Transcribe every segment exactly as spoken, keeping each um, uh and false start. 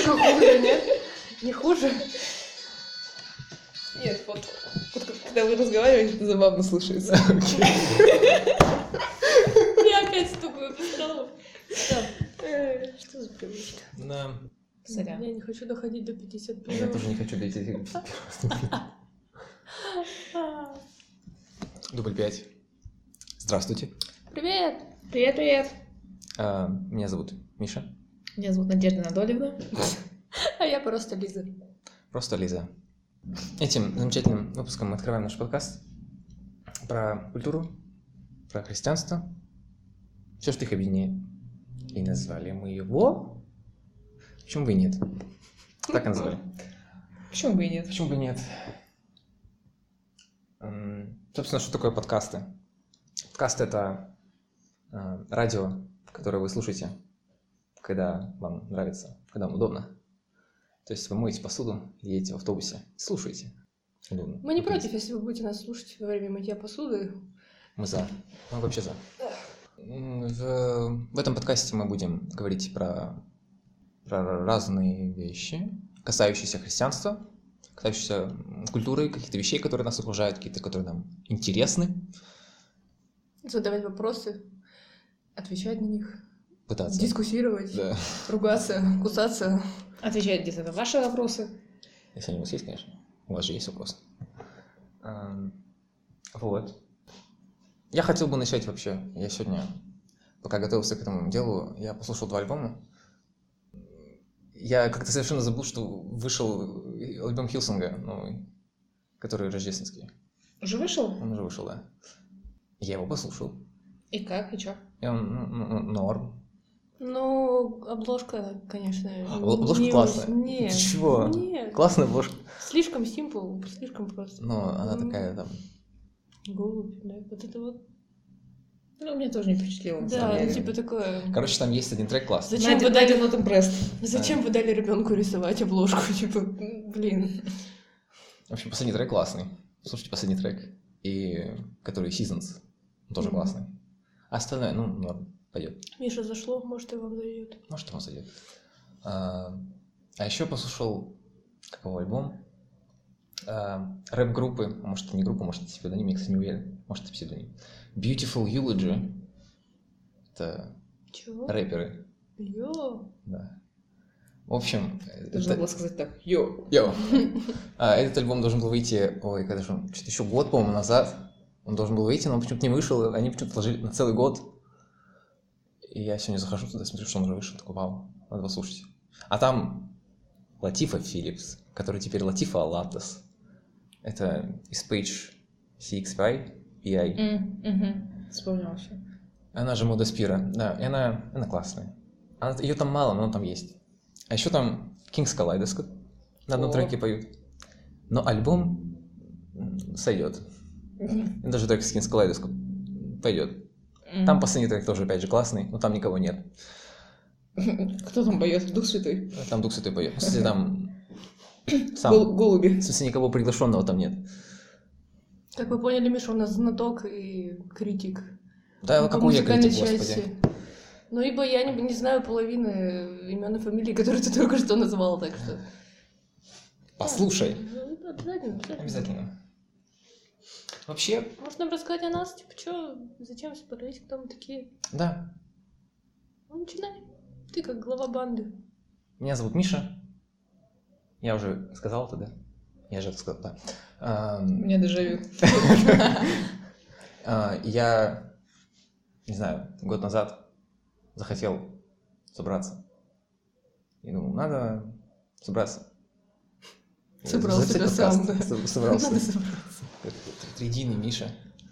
Немножко хуже, нет? Не хуже? Нет, вот, вот когда вы разговариваете, это забавно слушается. Я опять стукаю по столу. Что за привычка? Да. Сорян. Я не хочу доходить до пятьдесят Я первого. тоже не хочу дойти до пятьдесят первого. Дубль пять. Здравствуйте. Привет! Привет, привет. А, Меня зовут Миша. Меня зовут Надежда Анатольевна. А я просто Лиза. Просто Лиза. Этим замечательным выпуском мы открываем наш подкаст про культуру, про христианство, все, что их объединяет. И назвали мы его... Почему бы и нет? Так и назвали. Почему бы и нет? Почему бы и нет? М, Собственно, что такое подкасты? Подкаст — это э, радио, которое вы слушаете, когда вам нравится, когда вам удобно. То есть вы моете посуду, едете в автобусе, слушаете. Удобно. Мы не Вот против, есть. если вы будете нас слушать во время мытья посуды. Мы за. Мы вообще за. М, В, в этом подкасте мы будем говорить про, про разные вещи, касающиеся христианства, касающиеся культуры, каких-то вещей, которые нас окружают, какие-то, которые нам интересны. Задавать вопросы, отвечать на них, Пытаться. дискуссировать, Да. ругаться, кусаться. Отвечать где-то на ваши вопросы. Если они у вас есть, конечно. У вас же есть вопрос. Ам, Вот. Я хотел бы начать вообще. Я сегодня, пока готовился к этому делу, я послушал два альбома. Я как-то совершенно забыл, что вышел альбом Хиллсонга новый, который рождественский. Уже вышел? Он уже вышел, да. Я его послушал. И как, и чё? И он ну, ну, ну, норм. Ну, обложка, конечно, А, обложка не классная. очень- Нет. Ты чего? Нет. Классная обложка. Слишком симпл, слишком просто. Но она М. такая там... Голубь, да, вот это вот. Ну, меня тоже не впечатлило. на Да, самом ну деле. типа такое. Короче, там есть один трек классный. Зачем Надя, вы дали- Надя not impressed. Зачем вы дали ребенку рисовать обложку? Типа, блин. В общем, последний трек классный. Слушайте последний трек. И который Seasons. Он тоже Мгм. классный. А остальное, ну, норм. Пойдет. Миша зашло, может, и вам зайдет. Может, ему зайдет. А, а еще послушал какого альбом? А, рэп-группы. А может, это не группа, может, это псевдоним, я, кстати, не уверен. Может, это псевдоним. Beautiful Eulogy. Это Чего? рэперы. Йо. Да. В общем, Должна это... была сказать так. Йо. Йоу. А, этот альбом должен был выйти, ой, когда же он, что-то еще год, по-моему, назад. Он должен был выйти, но он почему-то не вышел. Они почему-то отложили на целый год. И я сегодня захожу туда, смотрю, что он уже вышел. Такой, вау, надо послушать. А там Латифа Филлипс, который теперь Латифа Латес. Это из Page си икс пи ай. М, мгм. Вспомнила все. Она же Мода Спира. Да, и она, она классная. Она, ее там мало, но она там есть. А еще там King's Kaleidoscope на одном О. треке поют. Но альбом м, сойдет. И даже трек с King's Kaleidoscope пойдет. Там последний трек тоже, опять же, классный, но там никого нет. Кто там поет? Дух Святой. Там Дух Святой поет. В смысле, там сам. Гол- голуби. В смысле, никого приглашенного там нет. Как вы поняли, Миша у нас знаток и критик. Да, По какой я музыкальной критик, части. господи. Ну, ибо я не, не знаю половины имен и фамилий, которые ты только что назвал, так что... Послушай. Ну, обязательно, обязательно. Обязательно. Вообще, Может, нам рассказать о нас? Типа, что, зачем собрались, кто мы такие? да. Ну, начинай. Ты как глава банды. Меня зовут Миша. Я уже сказал это, да? Я же это сказал, да. У Ам, меня дежавю. а, Я, не знаю, год назад захотел собраться. И думал, надо собраться. Собрал Записать себя подкаст. сам, да. Со- Собрался. Надо собраться. Триединый Миша.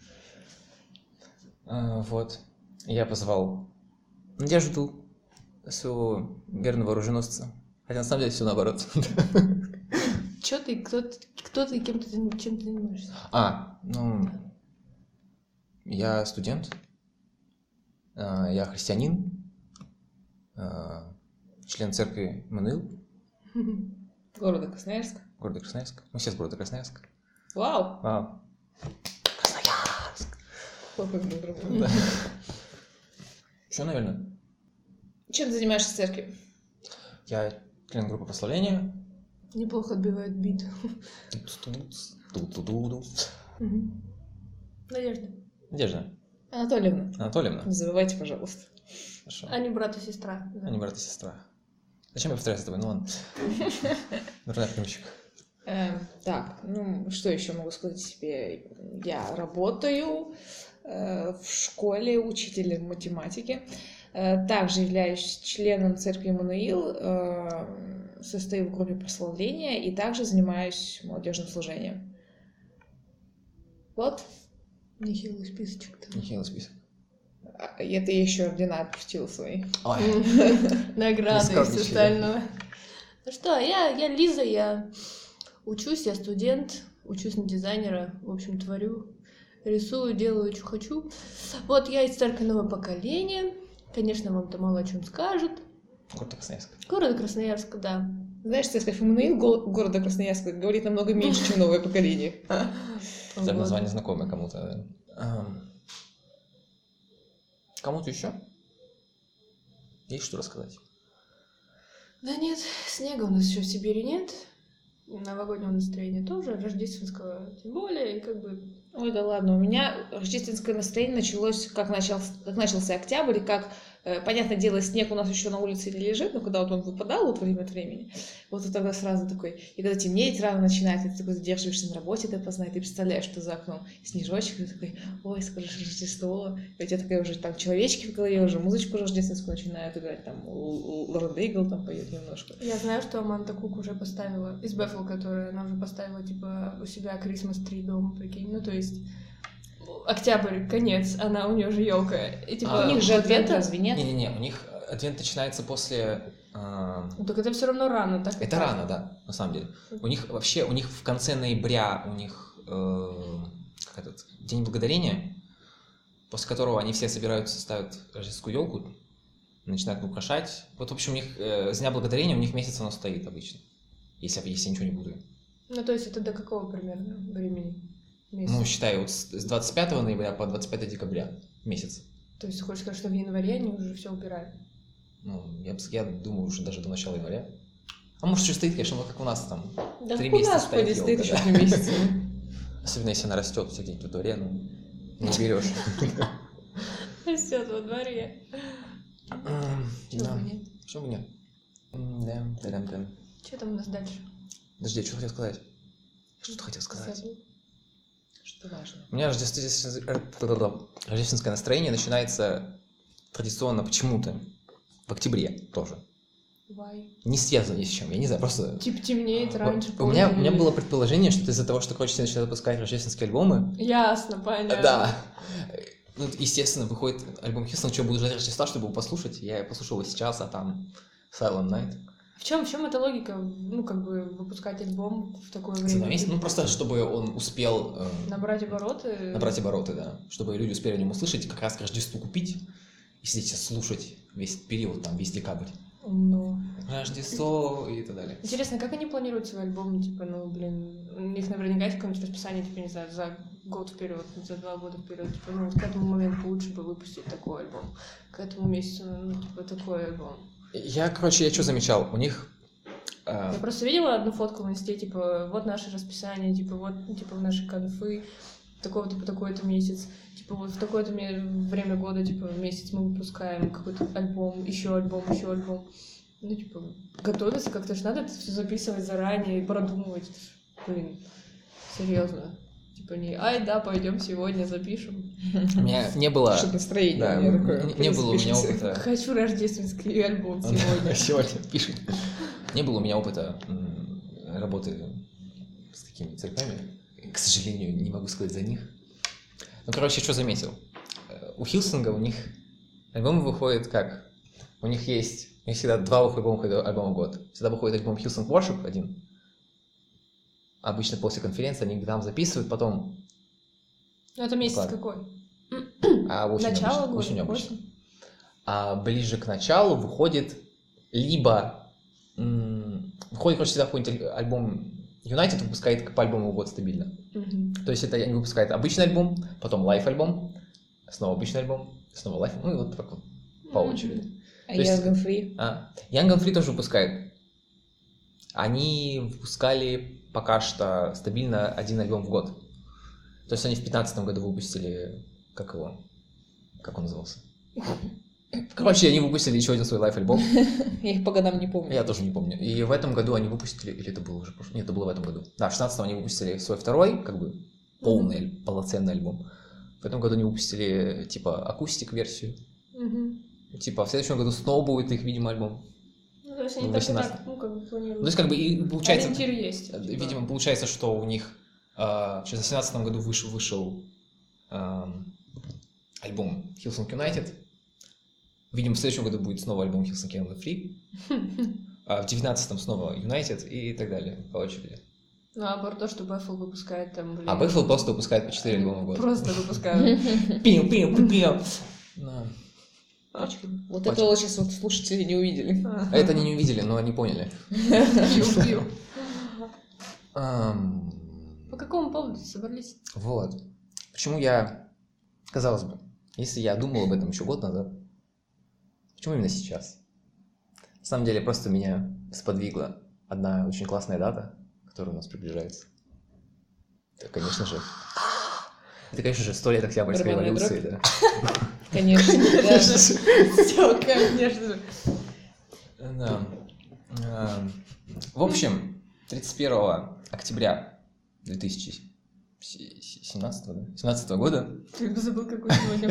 А, Вот. Я позвал Надежду, своего верного оруженосца. Хотя на самом деле все наоборот. Чё ты, кто, ты- кто ты и кем ты, чем ты занимаешься? А, ну, я студент, а, я христианин, а, член церкви Мануил, Города Красноярск. города Красноярск. Мы все с города Красноярск. Вау. Вау. Красноярск! Хлопаем друг другу. Да. Все, наверное. Чем ты занимаешься в церкви? Я Член группы прославления. Неплохо отбивает бит. Мгм. Надежда. Надежда Анатольевна, Анатольевна. не забывайте, пожалуйста. Хорошо. Они брат и сестра. Да. Они брат и сестра. Зачем я повторяю за тобой? Ну ладно. Дурной примчик. Эм, так, ну, что еще могу сказать себе? Я работаю э, в школе учителем математики. Э, также являюсь членом церкви Эммануил, э, состою в группе прославления и также занимаюсь молодежным служением. Вот. Нехилый списочек-то. Нехилый список. А, и это я еще ордена отпустила свои. Ой. Награды и все Скромничай, остальное. Ну что, я, я Лиза, я учусь, я студент, учусь на дизайнера, в общем, творю, рисую, делаю, что хочу. Вот я из церкви нового поколения, конечно, вам-то мало о чем скажет. Город Красноярск. Город Красноярск, да. Знаешь, церковь Эммануил го- города Красноярска говорит намного меньше, чем новое поколение. Хотя бы Вот. название знакомое кому-то. Ам. Кому-то еще? Есть что рассказать? Да нет, снега у нас еще в Сибири нет. Новогоднего настроения тоже, рождественского тем более, и как бы... Ой, да ладно, у меня рождественское настроение началось, как, начал, как начался октябрь, и как, э, понятное дело, снег у нас еще на улице не лежит, но когда вот он выпадал вот время от времени, вот тогда сразу такой, и когда темнеет рано начинает, и ты такой задерживаешься на работе допоздна, и ты представляешь, что за окном снежочек, и ты такой, ой, скоро же Рождество, и у тебя такая уже там человечки в голове, уже музычку рождественскую начинают играть, там Лорен Дейгл там поет немножко. Я знаю, что Аманда Кук уже поставила, из Бэффл, которая она уже поставила, типа, у себя Christmas Tree дома, прикинь, ну то есть октябрь, конец, она, у нее же елка. И типа А, у них же вот адвент, это- разве нет? Не-не-не, у них адвент начинается после... а, Ну, так это все равно рано, так и Это так. рано, да, на самом деле. У них вообще, у них в конце ноября, у них э, как этот, День Благодарения, после которого они все собираются, ставят рождественскую елку, начинают украшать. Вот, в общем, у них э, с Дня Благодарения у них месяц оно стоит обычно, если, если я ничего не буду. Ну, то есть это до какого примерно времени? Месяц? Ну, считай, вот с с двадцать пятого ноября по двадцать пятое декабря месяц. То есть хочешь сказать, что в январе они уже все убирают? Ну, я, бы с- я думаю, уже даже до начала января. А может, еще стоит, конечно, вот как у нас там. Да Три у месяца нас стоит ходит, стоит ёлка, еще да. три месяца. Особенно, если она растет все где-нибудь во дворе, ну, не берешь. Растет во дворе. Чего Да. бы нет? Почему бы нет? М, Да, да-дам-дам. Что там у нас дальше? Подожди, я что хотел сказать? Что хотел сказать? Забыл. Что важно. У меня рождественское рождественское настроение начинается традиционно почему-то в октябре тоже. Why? Не связано ни с чем, я не знаю, просто... Типа темнеет раньше. У меня, у меня позже. было предположение, что это из-за того, что, короче, все начинают выпускать рождественские альбомы. Ясно, понятно. Да. Ну, естественно, выходит альбом Хьюстон, что буду ждать Рождества, чтобы его послушать. Я послушал его сейчас, а там Silent Night. В чем, в чем эта логика, ну, как бы, выпускать альбом в такое За время? два месяца. Ну, просто чтобы он успел э, Набрать обороты? набрать обороты, да. Чтобы люди успели о нем услышать, как раз к Рождеству купить и сидеть и слушать весь период, там, весь декабрь. Ну. Рождество и так далее. Интересно, как они планируют свой альбом? Типа, ну, блин, у них наверняка есть какое-нибудь расписание, типа, не знаю, за год вперед, за два года вперед. Типа, ну, вот к этому моменту лучше бы выпустить такой альбом. К этому месяцу, ну, типа, такой альбом. Я, короче, я что замечал? У них... э, Я просто видела одну фотку в инсте, типа, вот наше расписание, типа, вот, ну, типа, наши конфы, такого-то по такой-то месяц. Типа, вот в такое-то ме- время года, типа, месяц мы выпускаем какой-то альбом, еще альбом, еще альбом. Ну, типа, готовиться как-то же надо это все записывать заранее и продумывать. Блин, серьезно. Типа не, ай, да, пойдем сегодня запишем. у меня не было... Что-то настроение Да, у меня такое. не, не было у меня запишите. опыта... Хочу рождественский альбом сегодня. Сегодня пишем. Не было у меня опыта м, работы с такими церквями. К сожалению, не могу сказать за них. Ну, короче, что заметил? Э, У Хиллсонга у них альбомы выходят как? У них есть... У них всегда два альбома, альбома в год. Всегда выходит альбом Hillsong Worship один. Обычно после конференции они там записывают, потом... Ну, это месяц Ладно. какой? А осенью Начало обычно. года? Осенью обычно. осень? А ближе к началу выходит либо... м, Выходит, короче, всегда какой-нибудь аль- альбом... United выпускает по альбому в год стабильно. Мгм. То есть это они выпускают обычный альбом, потом лайф-альбом, снова обычный альбом, снова лайф, ну и вот так вот по очереди. А То есть- Young and Free? А, Young and Free тоже выпускает они выпускали пока что стабильно один альбом в год. То есть они в пятнадцатом году выпустили, как его, как он назывался? Короче, они выпустили еще один свой лайв-альбом. Я их по годам не помню. Я тоже не помню. И в этом году они выпустили, или это было уже прошлый? Нет, это было в этом году. Да, в шестнадцатом они выпустили свой второй, как бы, полный, mm-hmm. полноценный альбом. В этом году они выпустили, типа, акустик-версию. Mm-hmm. Типа, в следующем году снова будет их, видимо, альбом. Ну, то есть они так и так, ну, как бы планируют. Ну, то есть, как бы, и получается... Ориентир есть. Видимо, типа. Получается, что у них э, в две тысячи семнадцатом году вышел, вышел э, альбом Hillsong United. Видимо, в следующем году будет снова альбом Hillsong United Free. А в девятнадцатом снова United и так далее, по очереди. Ну, а про то, что Бэффл выпускает там, блин... А Бэффл просто выпускает по четыре альбома в год. Просто выпускают. Пиу, пиу, пиу, пиу. Вот это вот сейчас вот слушатели не увидели. А это они не увидели, но они поняли. Пиу-пиу. Ам, По какому поводу собрались? Вот. Почему я... Казалось бы, если я думал об этом еще год назад, почему именно сейчас? На самом деле, просто меня сподвигла одна очень классная дата, которая у нас приближается. Это, конечно же... Это, конечно же, сто лет Октябрьской революции, да. Конечно, да. Все, конечно же. Да. В общем, тридцать первого октября две тысячи семнадцатого года Ты забыл, какой сегодня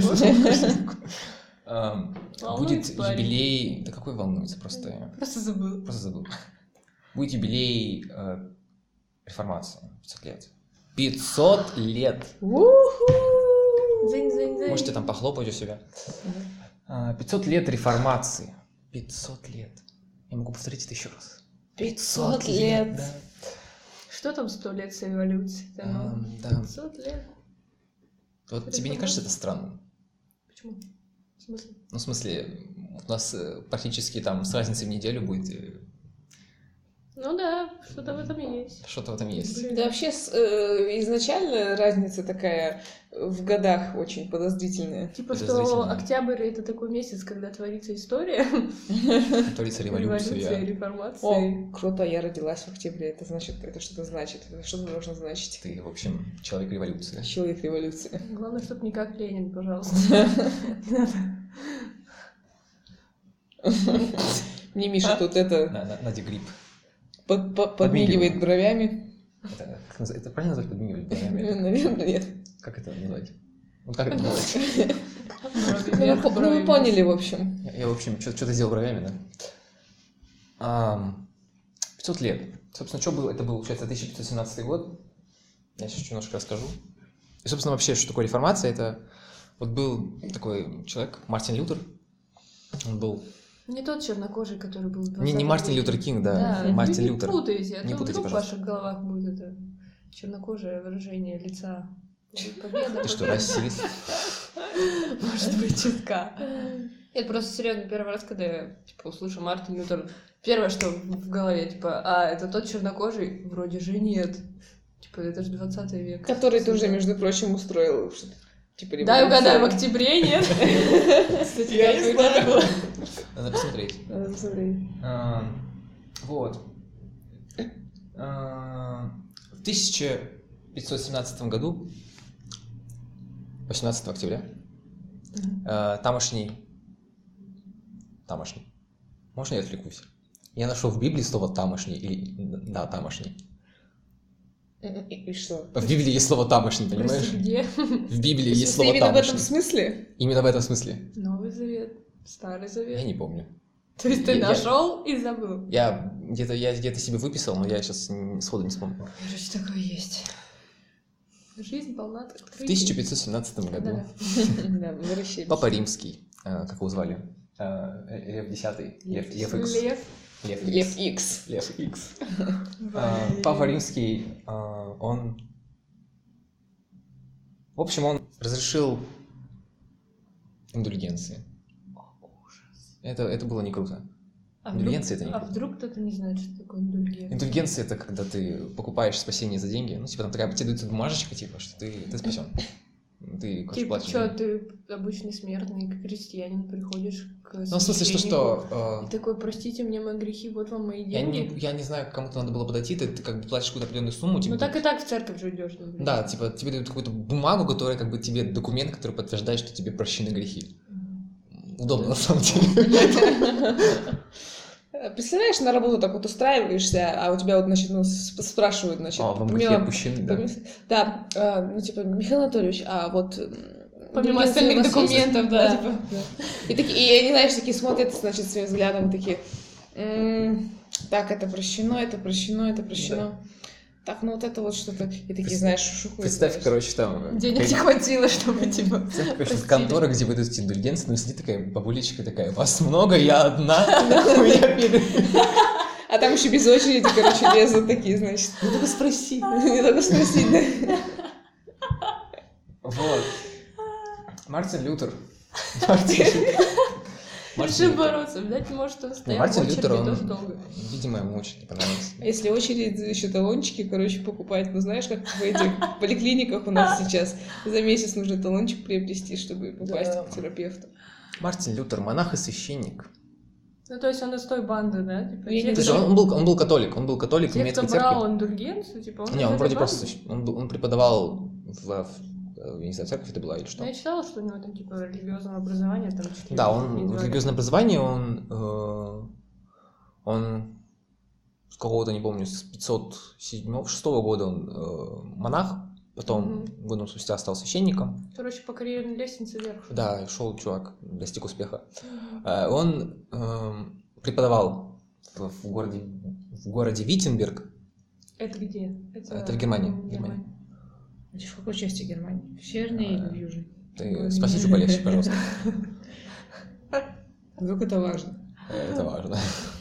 год? будет юбилей... Да какой волнуется, просто я... Просто забыл. Просто забыл. Будет юбилей реформации, пятьсот лет. пятьсот лет! Зынь-зынь-зынь. Можете там похлопать у себя. пятьсот лет реформации. пятьсот лет. Я могу повторить это еще раз. пятьсот лет. Да. Что там сто лет с революцией? А, да. пятьсот лет. Вот тебе не кажется это странным? Почему? В смысле? Ну, в смысле, у нас э, практически там с разницей в неделю будет... э, Ну да, что-то в этом есть. Что-то в этом есть. Да вообще с- э, изначально разница такая в годах очень подозрительная. Типа, что Подозрительно. октябрь — это такой месяц, когда творится история. Творится революция. Революция, реформация. О, круто, я родилась в октябре. Это значит, это что-то значит. Это что-то должно значить. Ты, в общем, человек революции. Человек революции. Главное, чтобы не как Ленин, пожалуйста. Не надо. Мне Миша тут это На- на- Надя Гриб. под- по- подмигивает бровями. Это, как назва- это правильно назвать подмигивать бровями? Наверное, нет. Как это назвать? Вот как это назвать? Брови Ну, вверх, вы по- ну, брови вы поняли, вниз. в общем. Я, я, в общем, что-то сделал бровями, да? Ам, пятьсот лет. Собственно, что было? Это был, получается, тысяча пятьсот семнадцатый год. Я сейчас немножко расскажу. И, собственно, вообще, что такое реформация? Это вот был такой человек, Мартин Лютер. Он был... Не тот чернокожий, который был в Не, не двадцатом Мартин веке. Лютер Кинг, да, Да, Мартин не Лютер. путайте, а Не то путайте, вдруг в пожалуйста. ваших головах будет это чернокожее выражение лица. Победа, Ты что, победа. расист? Может быть, чутка. Нет, просто серьезно, первый раз, когда я типа, услышу Мартин Лютер, первое, что в голове, типа, а, это тот чернокожий? Вроде же нет. Типа, это же двадцатый век. Который ты уже, между прочим, устроил. что-то Типа Дай угадаю, в революцию. октябре, нет? Кстати, Я как не когда было? Надо посмотреть. Надо посмотреть. А, Вот. А, В тысяча пятьсот семнадцатом году, восемнадцатого октября, а, тамошний... Тамошний. Можно я отвлекусь? Я нашел в Библии слово «тамошний». Или... Да, «тамошний». И, и что? В Библии есть слово «тамошний», понимаешь? Прости, где? В Библии В есть смысле, слово именно в этом «тамошний». смысле? Именно в этом смысле. Новый Завет, Старый Я Завет. не помню. То есть ты Я- нашел и забыл. Я где-то я где-то себе выписал, но я сейчас сходу не вспомню. Что такое есть? Жизнь полна открытий. В тысяча пятьсот семнадцатом году Да. Да, возвращаемся. Папа Римский, э, как его звали? Э, Лев Десятый? Лев, Лев Икс. Лев. Лев Лев Икс. Икс. Лев Икс. Валерий. Э, Папа Римский, э, он... В общем, он разрешил индульгенции. Это, это было не круто. А вдруг, Индульгенция это не а круто. вдруг кто-то не знает, что такое индульгенция? Индульгенция — это когда ты покупаешь спасение за деньги. Ну, типа, там такая, тебе дается бумажечка, типа, что ты, ты спасен. ты Типа, платишь что, деньги. ты обычный смертный, как крестьянин, приходишь к Ну, в смысле, что, что... И такой, простите мне мои грехи, вот вам мои э, я, деньги. не, я не знаю, к кому-то надо было подойти, ты, ты как бы платишь какую-то определенную сумму. Тебе Ну, так дают- и так в церковь же идешь. например. Да, типа, тебе дают какую-то бумагу, которая как бы тебе документ, который подтверждает, что тебе прощены грехи. Удобно, на самом деле. Представляешь, на работу так вот устраиваешься, а у тебя вот, значит, ну, с- спрашивают, значит... А, вам помимо- грехи отпущены, да. помимо- Да, а, ну, типа, Михаил Анатольевич, а вот... м, Помимо если остальных у вас есть- документов, да, типа. да. И, такие, и они, знаешь, такие смотрят, значит, своим взглядом, такие... «М, так, это прощено, это прощено, это прощено. Так, ну вот это вот что-то... И такие, Представь- знаешь, шушукают. Представь, знаешь. короче, там... Денег как- не хватило, чтобы, типа, Представь, короче, простили. контора, где выдают эти индульгенции, но сидит такая бабулечка такая, вас много, я одна. У меня перед- А там еще без очереди, короче, лезут такие, значит. Ну, только спроси. Не только спросить, да? Вот. Мартин Лютер. Мартин Лютер. Мартин Решил Лютер. бороться. Видать, может, он Не, стоял в Мартин очереди Лютер, тоже он, долго. видимо, ему очень не понравилось. А если очередь, еще талончики, короче, покупать, ну знаешь, как в этих поликлиниках у нас сейчас за месяц нужно талончик приобрести, чтобы попасть Да. к терапевту. Мартин Лютер, монах и священник. Ну, то есть он из той банды, да? Типа, Я те, не То есть кто- он, он был, он был католик, он был католик те, немецкой кто церкви. брал индульгенцию, типа, он Не, из он этой вроде банды. просто, свящ- он, был- он преподавал в, в, я не знаю, церковь это была или что. Ну, я читала, что у него там, типа, религиозное образование, там, чуть ли Да, не он два- религиозное образование, он, э, он с какого-то, не помню, с пятьсот седьмого шестого года он э, монах, потом Мгм. годом спустя стал священником. Короче, по карьерной лестнице вверх. Да, шел чувак, достиг успеха. Мгм. Э, Он эм, преподавал в, в городе, в городе Виттенберг. Это где? Это в Германии, м, Германия. Значит, в какой части Германии? В северной или в южной? Ты спроси чуть полегче, пожалуйста. Вдруг это важно. Э, Это важно.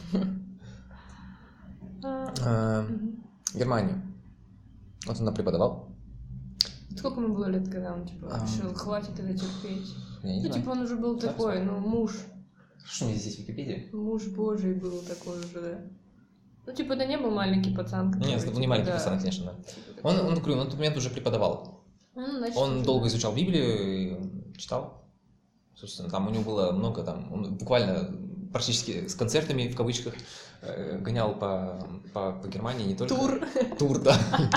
А, Э, мгм. Германия. Вот он там преподавал. Сколько ему было лет, когда он, типа, А. решил, хватит это терпеть? Я не Ну, знаю. типа, он уже был Так, такой, сколько? ну, муж. Что у меня здесь Википедия? Муж божий был такой уже, да. Ну, типа, это не был маленький пацан. который, Нет, это был не типа, маленький да, пацан, конечно, да. типа, Он, такой. он, говорю, он на тот момент уже преподавал. Ну, значит, Он уже, долго да. изучал Библию и читал. Собственно, там у него было много там, он буквально практически с концертами, в кавычках, э, гонял по, по, по Германии, не только... Тур. Тур, да.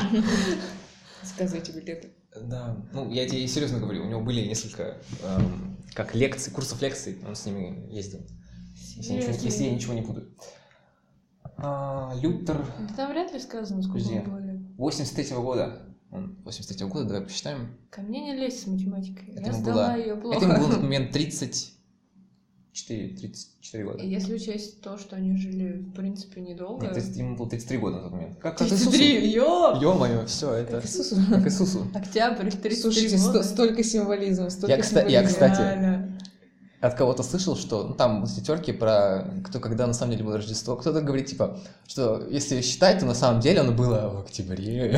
Заказывайте билеты. Да, ну я тебе серьезно говорю, у него были несколько эм, как лекций, курсов лекций, он с ними ездил. Если я ничего, Серьезно? если я ничего не буду. А, Лютер Да там вряд ли сказано, сколько Подожди. ему было лет. восемьдесят третьего года. Он восемьдесят третьего года, давай посчитаем. Ко мне не лезь с математикой. Это Я ему сдала было- ее плохо. Это ему было на тот момент тридцать четыре, тридцать четыре года. И если учесть то, что они жили, в принципе, недолго. Нет, то есть ему было тридцать три года на тот момент. Как, как тридцать три, ё! Ё-моё, все, это... Как Иисусу. Как Иисусу. Октябрь, тридцать три Слушайте, года. сто- столько символизма, столько Я, кста- я, символизма. кстати, Реально. от кого-то слышал, что ну, там эти терки про кто когда на самом деле было Рождество. Кто-то говорит, типа, что если считать, то на самом деле оно было в октябре.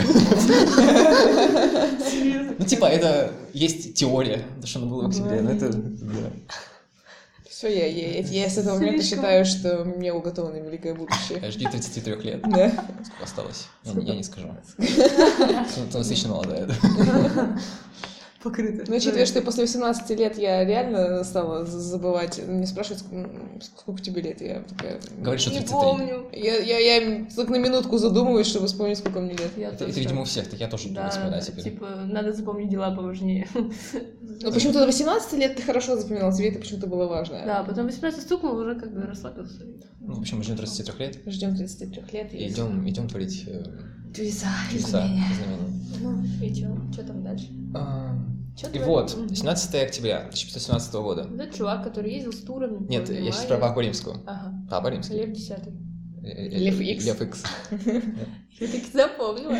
Серьезно? Ну, типа, это есть теория, что оно было в октябре. Но это, да. Все, я, я, я, я с этого момента Слишком. считаю, что мне уготовано великое будущее. Жди тридцати трёх лет. Да. Сколько осталось? Я, не- я не скажу. Ты достаточно молодая, да? Покрыто. Но учитывая, что после восемнадцати лет я реально стала з- забывать, мне спрашивают, ск- м, сколько тебе лет, я такая... Говоришь, что Не тридцать три. помню. Я, я, я только на минутку задумываюсь, чтобы вспомнить, сколько мне лет. Я Это, тоже это, видимо, у так. всех, так я тоже буду Да, вспоминать теперь. типа, надо запомнить дела поважнее. Но почему-то до восемнадцати лет ты хорошо запоминал, тебе это почему-то было важно. Да, потом восемнадцать стукнул, уже как бы расслабился. Ну, в общем, мы ждем тридцати трёх лет Ждем тридцати трёх лет. и идем, идем творить э, Чудеса, чудеса, изменения. знамения. Ну, и чё? Чё там дальше? А, Чё И творит? вот, Мгм. семнадцатого октября тысяча пятьсот семнадцатого года. Это чувак, который ездил с турами. по Нет, я сейчас Германии. про Папу Римского. Ага. Папа Римский. Лев десятый. Э, э, Лев Икс. Лев Икс. Я таки запомнила.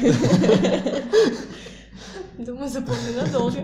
Думаю, запомню надолго.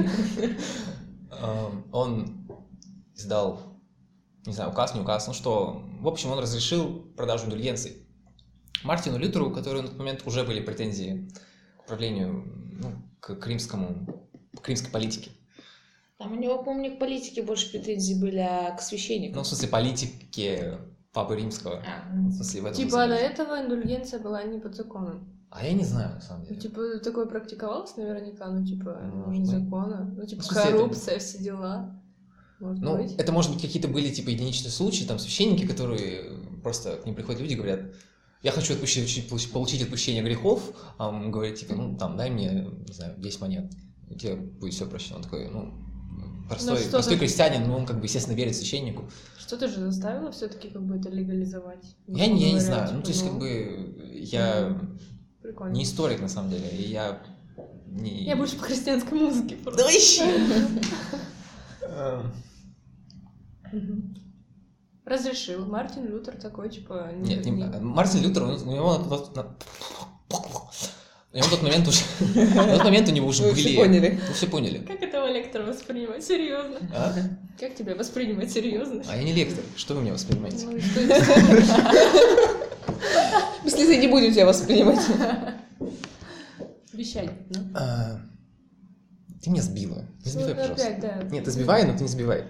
Эм, Он издал, не знаю, указ, не указ, ну что, в общем, он разрешил продажу индульгенций Мартину Лютеру, у которого на тот момент уже были претензии к управлению, ну, к, к римскому, к римской политике. Там у него, помню, к политике больше претензий были, а к священнику. Ну, в смысле, политике Папы Римского. А, В смысле, в этом Типа смысле. до этого индульгенция была не под законом. А я не знаю, на самом Ну, деле. типа, такое практиковалось наверняка, ну, типа, Может незаконно. Ну, типа, В смысле, это- коррупция, все дела. Может Ну, быть. это, может быть, какие-то были, типа, единичные случаи, там, священники, которые просто к ним приходят люди и говорят, я хочу отпущение, получить отпущение грехов, а он говорит, типа, ну, там, дай мне, не знаю, десять монет, и тебе будет все прощено. Он такой, ну, простой, что простой ты- крестьянин, но он, как бы, естественно, верит священнику. Что-то же заставило все-таки как бы это легализовать. Я, грубо не- я не говоря, знаю, типа, ну, то есть, как бы, я Прикольно. не историк, на самом деле, и я не... Я больше по христианской музыке просто. Да вообще! Эм, Мгм. Разрешил. Мартин Лютер такой, типа... Нет, не- Мартин Лютер, у него на тот, на- у него на тот момент уже, на тот момент у него уже Вы были... все поняли. Вы все поняли. Как этого лектора воспринимать? Серьезно? А? Как тебя воспринимать серьезно? А я не лектор, что вы меня воспринимаете? Ну и что это? В смысле, не будем тебя воспринимать. Вещать, ну. А, Ты меня сбила. Не сбивай, Ну, пожалуйста. опять, да. Нет, ты сбивай, но ты не сбивай.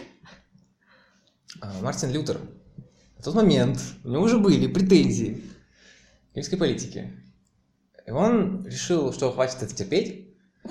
А, Мартин Лютер. В тот момент у него уже были претензии к римской политике. И он решил, что хватит это терпеть.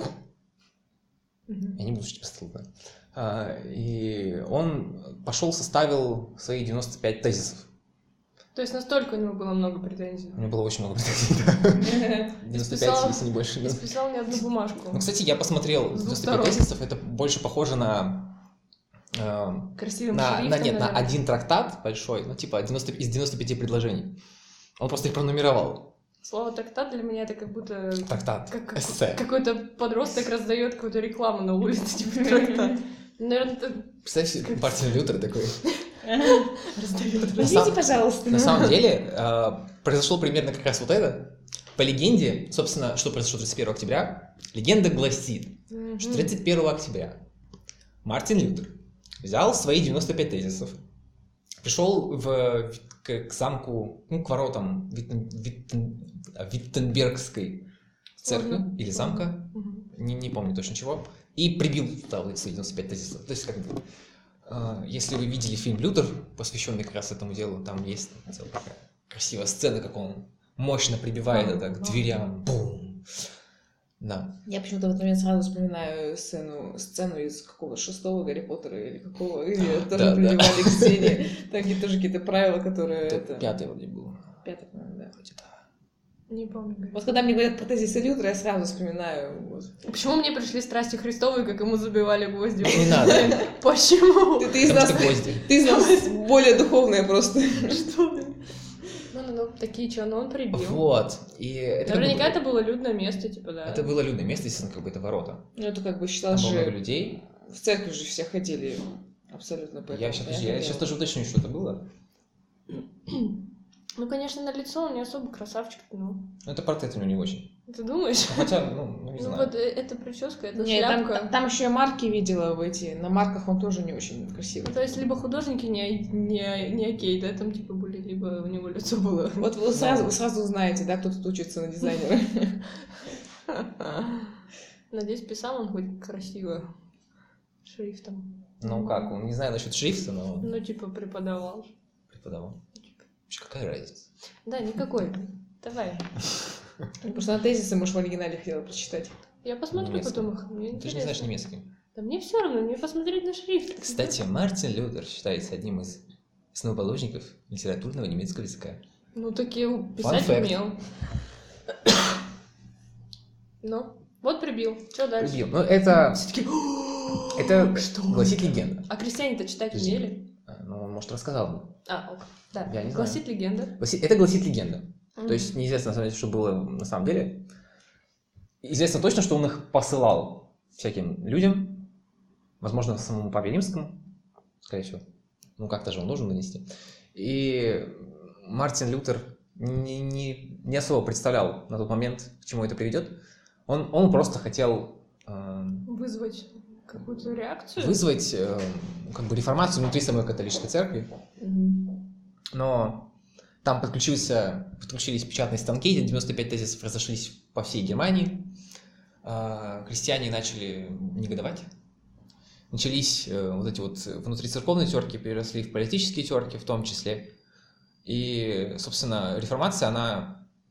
Мгм. Я не буду читать по а, И он пошел, составил свои девяносто пять тезисов. То есть настолько у него было много претензий. У него было очень много претензий, да. девяносто пять, Списал- если не больше. Не да. списал ни одну бумажку. Ну, кстати, я посмотрел С двух девяносто пять сторон. тезисов, это больше похоже на... э, Красивым на, на, шрифтом, нет, на наверное. один трактат большой, ну, типа девяносто из девяноста пяти предложений. Он просто их пронумеровал. Слово трактат для меня это как будто Трактат, как, как- эссе. какой-то подросток раздает какую-то рекламу на улице, типа трактат. Наверное, это Представьте, Мартин Лютер такой. раздает. На Возьмите, самом- пожалуйста. На самом деле, э, произошло примерно как раз вот это. По легенде, собственно, что произошло тридцать первого октября, легенда гласит, что тридцать первого октября Мартин Лютер взял свои девяносто пять тезисов, пришел в, к, к замку, ну, к воротам Виттен- Виттен- Виттенбергской церкви Сложно. или замка, Мгм. не, не помню точно чего, и прибил туда вот эти девяносто пять тезисов. То есть, как бы, э, если вы видели фильм «Лютер», посвященный как раз этому делу, там есть целая такая красивая сцена, как он мощно прибивает это к дверям. Бум! Да. Я почему-то в этот момент сразу вспоминаю сцену, сцену из какого шестого Гарри Поттера или какого, где Да, тоже да. прибивали к стене. Там какие-то тоже какие-то правила, которые... Это это- пятый вроде был. Пятый, по-моему, да. Вроде да. Не помню. Вот когда мне говорят про тезисы Лютера, я сразу вспоминаю. вот. Почему мне пришли страсти Христовые, как ему забивали гвозди? Не надо, Почему? Ты, ты из потому нас, что гвозди. ты из нас более духовная просто. Что? Ну, ну, ну, такие что, ну он прибил. Вот. И это, как бы Наверняка было- это было людное место, типа, да. это было людное место, естественно, как бы это ворота. Ну, это как бы Там считалось было много же... людей. В церковь же все ходили абсолютно по Я этому, сейчас, понятное я дело. сейчас даже уточню, что это было. Ну, конечно, на лицо он не особо красавчик, ну. Но это портрет у него не очень. Ты думаешь? Хотя, ну, ну, не Ну, знаю. вот э, эта прическа, эта Не, там, шляпка. там, там еще я марки видела в эти. На марках он тоже не очень красивый. Ну, то есть, либо художники не, не, не окей, да, там, типа, были, либо у него лицо было. Вот вы сразу, вы сразу узнаете, да, кто тут учится на дизайнера. Надеюсь, писал он хоть красиво шрифтом. Ну как, он не знаю насчет шрифта, но Ну, типа, преподавал. преподавал. Вообще, какая разница? Да, никакой. Давай. Просто на тезисы, может, в оригинале хотела прочитать. Я посмотрю Немецкий. потом их. Мне Ты же интересно. не знаешь немецкий. Да мне все равно, мне посмотреть на шрифт. Кстати, Мартин Лютер считается одним из основоположников литературного немецкого языка. Ну, такие писать fact. умел. Ну, вот прибил. Что дальше? Прибил. Ну, это, Все таки это что? гласит легенда. А крестьяне-то читать Подожди. умели? А, Ну, он, может, рассказал. А, ок. Да. Я не Гласит легенда. Гласит- Это гласит легенда. Мгм. То есть неизвестно, на самом деле, что было на самом деле. Известно точно, что он их посылал всяким людям, возможно, самому Папе Римскому, скорее всего. Ну, как-то же он должен донести. И Мартин Лютер не, не, не особо представлял на тот момент, к чему это приведет. Он, он просто хотел э, Вызвать какую-то реакцию. вызвать э, как бы реформацию внутри самой католической церкви. Мгм. Но там подключился, подключились печатные станки, эти девяносто пять тезисов разошлись по всей Германии. А, Крестьяне начали негодовать. Начались э, вот эти вот внутрицерковные терки, переросли в политические терки в том числе. И, собственно, реформация, она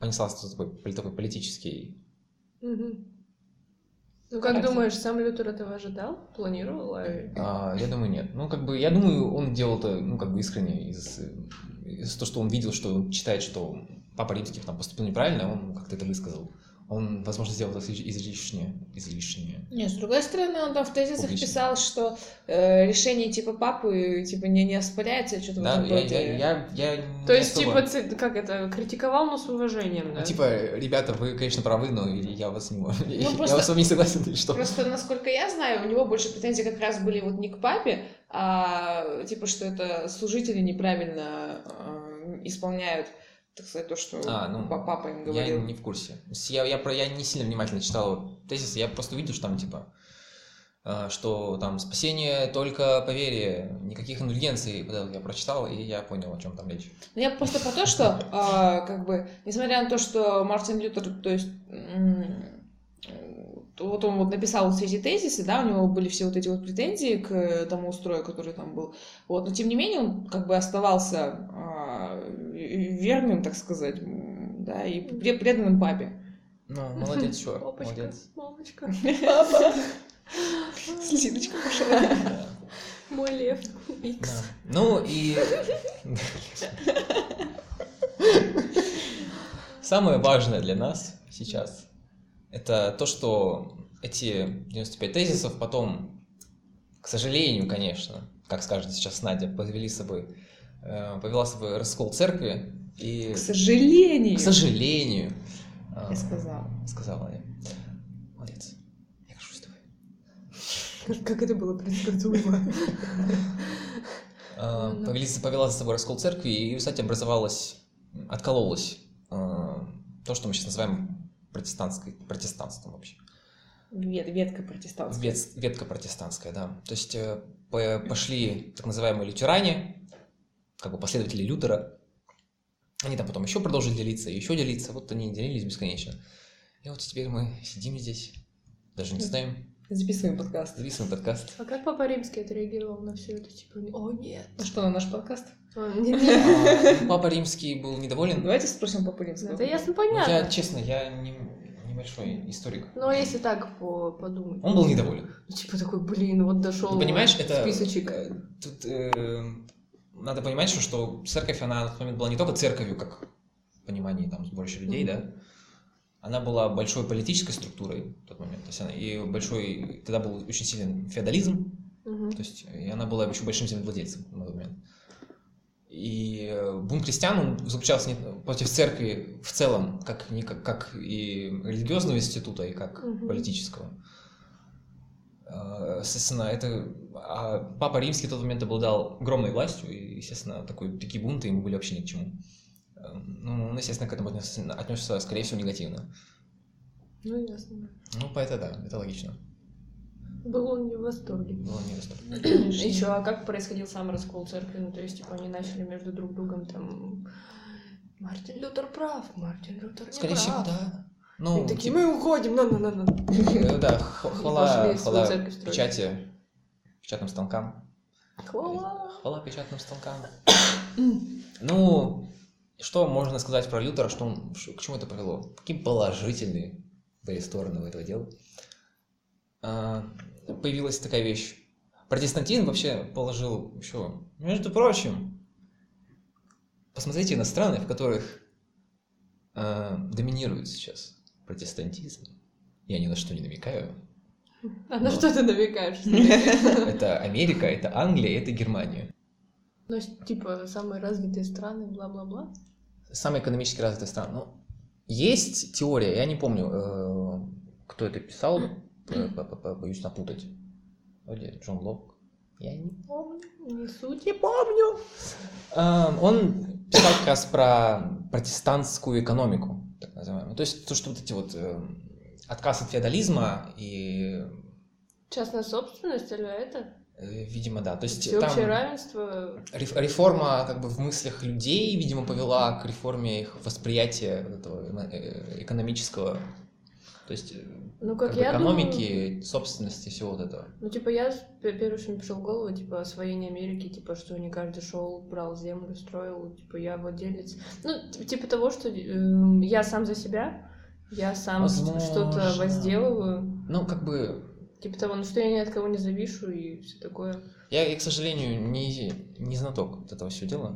понеслась такой, такой политический... Угу. Ну, как Характер. думаешь, сам Лютер этого ожидал? Планировал? А, я думаю, нет. Ну, как бы, я думаю, он делал это, ну, как бы искренне из, из того, что он видел, что он читает, что Папа Римский там поступил неправильно, он как-то это высказал. Он, возможно, сделал это излишне. излишне. Не, с другой стороны, он там в тезисах Публично. писал, что э, решение типа папы типа не, не оспоряется, что-то Да, в этом я, роде. я, я, я не То есть, особо- типа, ц- как это, критиковал, но с уважением, да? Ну, типа, ребята, вы, конечно, правы, но я вас не могу. я просто- вас с вами не согласен, или что? Просто, насколько я знаю, у него больше претензий как раз были вот не к папе, а типа, что это служители неправильно э, исполняют, так сказать, то, что А, ну, па- папа им Я говорил. не в курсе. То есть Я, я, про, я не сильно внимательно читал тезисы, я просто видел, что там, типа, э, что там спасение только по вере, никаких индульгенций. Вот это я прочитал, и я понял, о чем там речь. Ну, я просто про то, что, а, как бы, несмотря на то, что Мартин Лютер, то есть, м, вот он вот написал вот все эти тезисы, да, у него были все вот эти вот претензии к тому устрою, который там был, вот, но тем не менее он как бы оставался а, верным, так сказать, м, да, и пре- преданным папе. Ну, молодец, чувак, Папочка, молодец. мамочка, Папа! Слезиночка пошла. Да, мой лев, икс. да. Ну и... Самое важное для нас сейчас это то, что эти девяносто пять тезисов потом, к сожалению, конечно, как скажет сейчас Надя, повели с собой, э, повела с собой раскол церкви и, К сожалению, к сожалению, э, я сказала. сказала я. Молодец, я горжусь тобой. Как это было предсказуемо. Э, повели, повела за собой раскол церкви, и, кстати, образовалось, откололось э, то, что мы сейчас называем протестантской, протестантством вообще. Вет, ветка протестантская. Вет, ветка протестантская, да. То есть э, по- пошли так называемые лютеране, как бы последователи Лютера. Они там потом еще продолжили делиться, и еще делиться. Вот они делились бесконечно. И вот теперь мы сидим здесь, даже не знаем, Записываем подкаст. записываем подкаст. А как Папа Римский отреагировал на все это? Типа, о, нет. Ну что, на наш подкаст? А, не- не. А, Папа Римский был недоволен. Давайте спросим Папу Римского. Это ясно, Ну, понятно. я, честно, я не, небольшой историк. Ну, а если так по- подумать? Он был недоволен. Ну, типа такой, блин, вот дошел Ну, понимаешь, это... списочек. э, Тут э, надо понимать, что, что церковь, она на тот момент была не только церковью, как в понимании там больше людей, да, она была большой политической структурой в тот момент. То есть она, и большой, тогда был очень сильный феодализм, Мгм. то есть и она была еще большим землевладельцем на тот момент. И э, бунт крестьян он заключался не против церкви в целом, как, не, как, как и религиозного института, и как Мгм. политического. Э, Естественно, это а Папа Римский в тот момент обладал огромной властью, и, естественно, такой, такие бунты ему были вообще ни к чему. Э, Ну, он, естественно, к этому отнесся, отнесся, скорее всего, негативно. Ну, ясно. Ну, поэтому да, это логично. Был он не в восторге. Было не достаточно. Еще, а как происходил сам раскол церкви? Ну, то есть, типа, они начали между друг другом там... Мартин Лютер прав, Мартин Лютер не Скорее прав. всего, да. Ну, И такие, типа, мы уходим, на-на-на-на. э, да, х- хвала, пошли свою хвала церковь строить. печати, печатным станкам. Хвала. Хвала печатным станкам. Ну, что можно сказать про Лютера, что он, ш- к чему это привело? Какие положительные были стороны у этого дела? А, Появилась такая вещь. Протестантизм вообще положил еще, между прочим, посмотрите на страны, в которых а, доминирует сейчас протестантизм. Я ни на что не намекаю. А на что ты намекаешь? Это Америка, это Англия, это Германия. Ну, типа, самые развитые страны, бла-бла-бла. Самые экономически развитые страны. Ну, есть теория, я не помню, э, кто это писал, п- п- п- боюсь напутать. Вроде Джон Лок. Я не помню. Не суть, не помню. А, Он писал как раз про протестантскую экономику, так называемую. То есть то, что вот эти вот э, отказ от феодализма и, Частная собственность или это? э, видимо, да. То есть Всеобщее там равенство. реф- реформа как бы в мыслях людей, видимо, повела к реформе их восприятия вот этого э, экономического. То То есть Ну, как как бы я экономики, думаю, собственности, всего вот этого. ну, типа, я с- пе- первое, что мне пришло в голову, типа, освоение Америки, типа, что не каждый шел, брал землю, строил, типа, я владелец. Ну, т- типа того, что эм, я сам за себя, я сам ш- что-то Возможно. возделываю, Ну, как бы, типа того, ну, что я ни от кого не завишу и все такое. я, я, к сожалению, не, не знаток вот этого всего дела.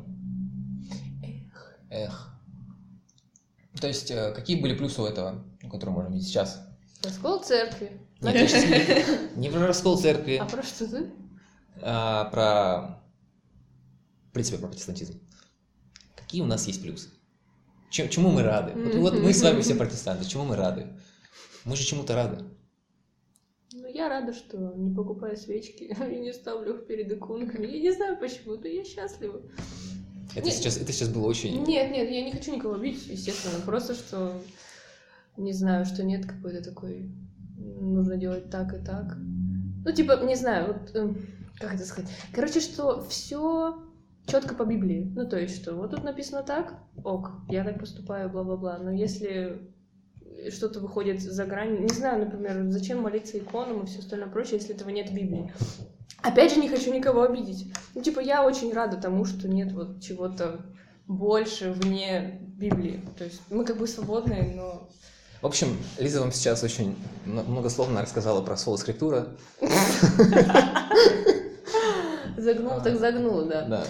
Эх. То есть, э, какие были плюсы у этого, ну, которые можем видеть сейчас? Раскол церкви. Нет, я сейчас не, не про раскол церкви, А про что ты? а про, в принципе, про протестантизм. Какие у нас есть плюсы? Чем- чему мы рады? Вот, вот мы с вами все протестанты, чему мы рады? Мы же чему-то рады. Ну, я рада, что не покупаю свечки и не ставлю их перед иконками. Я не знаю почему, но я счастлива. Это Нет. сейчас, это сейчас было очень... Нет, нет, я не хочу никого обидеть, естественно. Просто, что не знаю, что нет какой-то такой... Нужно делать так и так. Ну, типа, не знаю, вот... эм, как это сказать? Короче, что все четко по Библии. Ну, то есть, что вот тут написано так, ок, я так поступаю, бла-бла-бла. Но если что-то выходит за грань... Не знаю, например, зачем молиться иконам и все остальное прочее, если этого нет в Библии. Опять же, не хочу никого обидеть. Ну, типа, я очень рада тому, что нет вот чего-то больше вне Библии. То есть мы как бы свободные, но... В общем, Лиза вам сейчас очень м- многословно рассказала про соло скриптура. Загнул, так загнул, да. Да.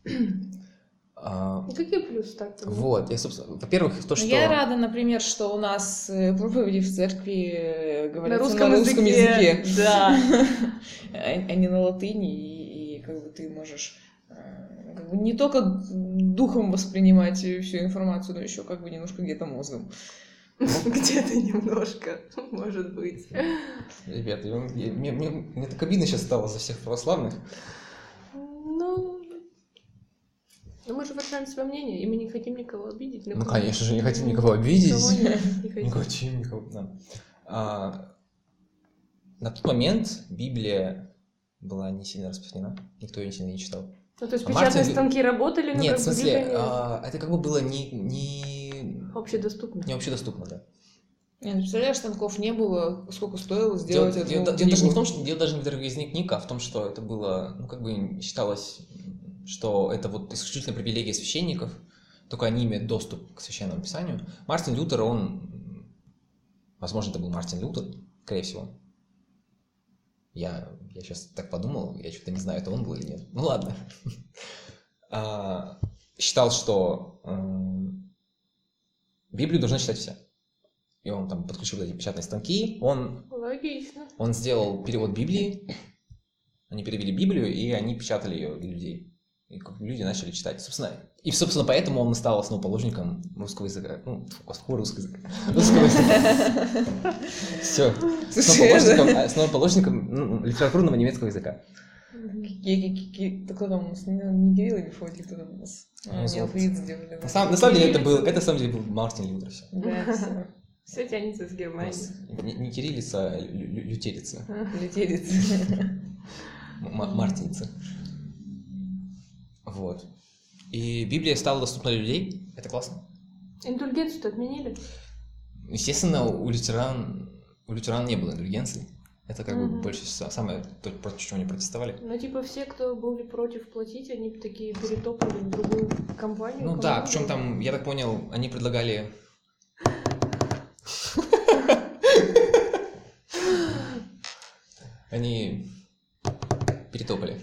А, Ну, какие плюсы так? вот, я, собственно, во-первых, то, что... Я рада, например, что у нас э, проповеди в церкви э, На говорятся русском, на русском языке, Да. а а не на латыни, и, и как бы ты можешь э, как бы не только духом воспринимать всю информацию, но еще как бы немножко где-то мозгом. Где-то немножко, может быть. Ребята, я- я- мне, мне- мне так обидно сейчас стало за всех православных. Ну... Ну, мы же выражаем свое мнение, и мы не хотим никого обидеть. Ну, конечно же, не хотим никого Никого обидеть. не, не Не хотим. хотим никого. Да. А, на тот момент Библия была не сильно распространена, никто ее сильно не читал. Ну, то есть А печатные Мартин- станки работали, но Нет, как в бы смысле, Библия а, это как бы было не, не, общедоступна. не общедоступно, да. Не, ну, представляешь, станков не было, сколько стоило Дело, сделать дело- одну дело даже не в книгу. том, что дело даже не в дороговизне книг, а в том, что это было, ну, как бы считалось, что это вот исключительно привилегия священников, только они имеют доступ к священному писанию. Мартин Лютер, он, возможно, это был Мартин Лютер, скорее всего. Я, я сейчас так подумал, я что-то не знаю, это он был или нет. Ну ладно. А, считал, что эм, Библию должны читать все. И он там подключил эти печатные станки, он Логично. Он сделал перевод Библии, они перевели Библию, и они печатали ее для людей. И как люди начали читать. Собственно, и, собственно, поэтому он стал основоположником русского языка. Ну, какого русского языка? Русского языка. Все. Основоположником, основоположником ну, литературного немецкого языка. Да кто там у нас? Не не Кирилл и Мефодий, кто там у нас? А, Ну, не, золото. алфавит сделали. На самом, на самом деле это был, это на самом деле был Мартин Лютер. Все. Да, всё. Все тянется с Германии. Не, не кириллица, а лю- лю- лютерица. Летелец. М- Мартиница. Вот. И Библия стала доступна для людей. Это классно. Индульгенцию-то отменили. Естественно, у лютеран, у лютеран не было индульгенции. Это как бы Мгм. больше са- самое то, против чего они протестовали. Ну, типа, все, кто были против платить, они такие перетопали в другую компанию. Ну да, команду. причем там, я так понял, они предлагали... Они перетопали.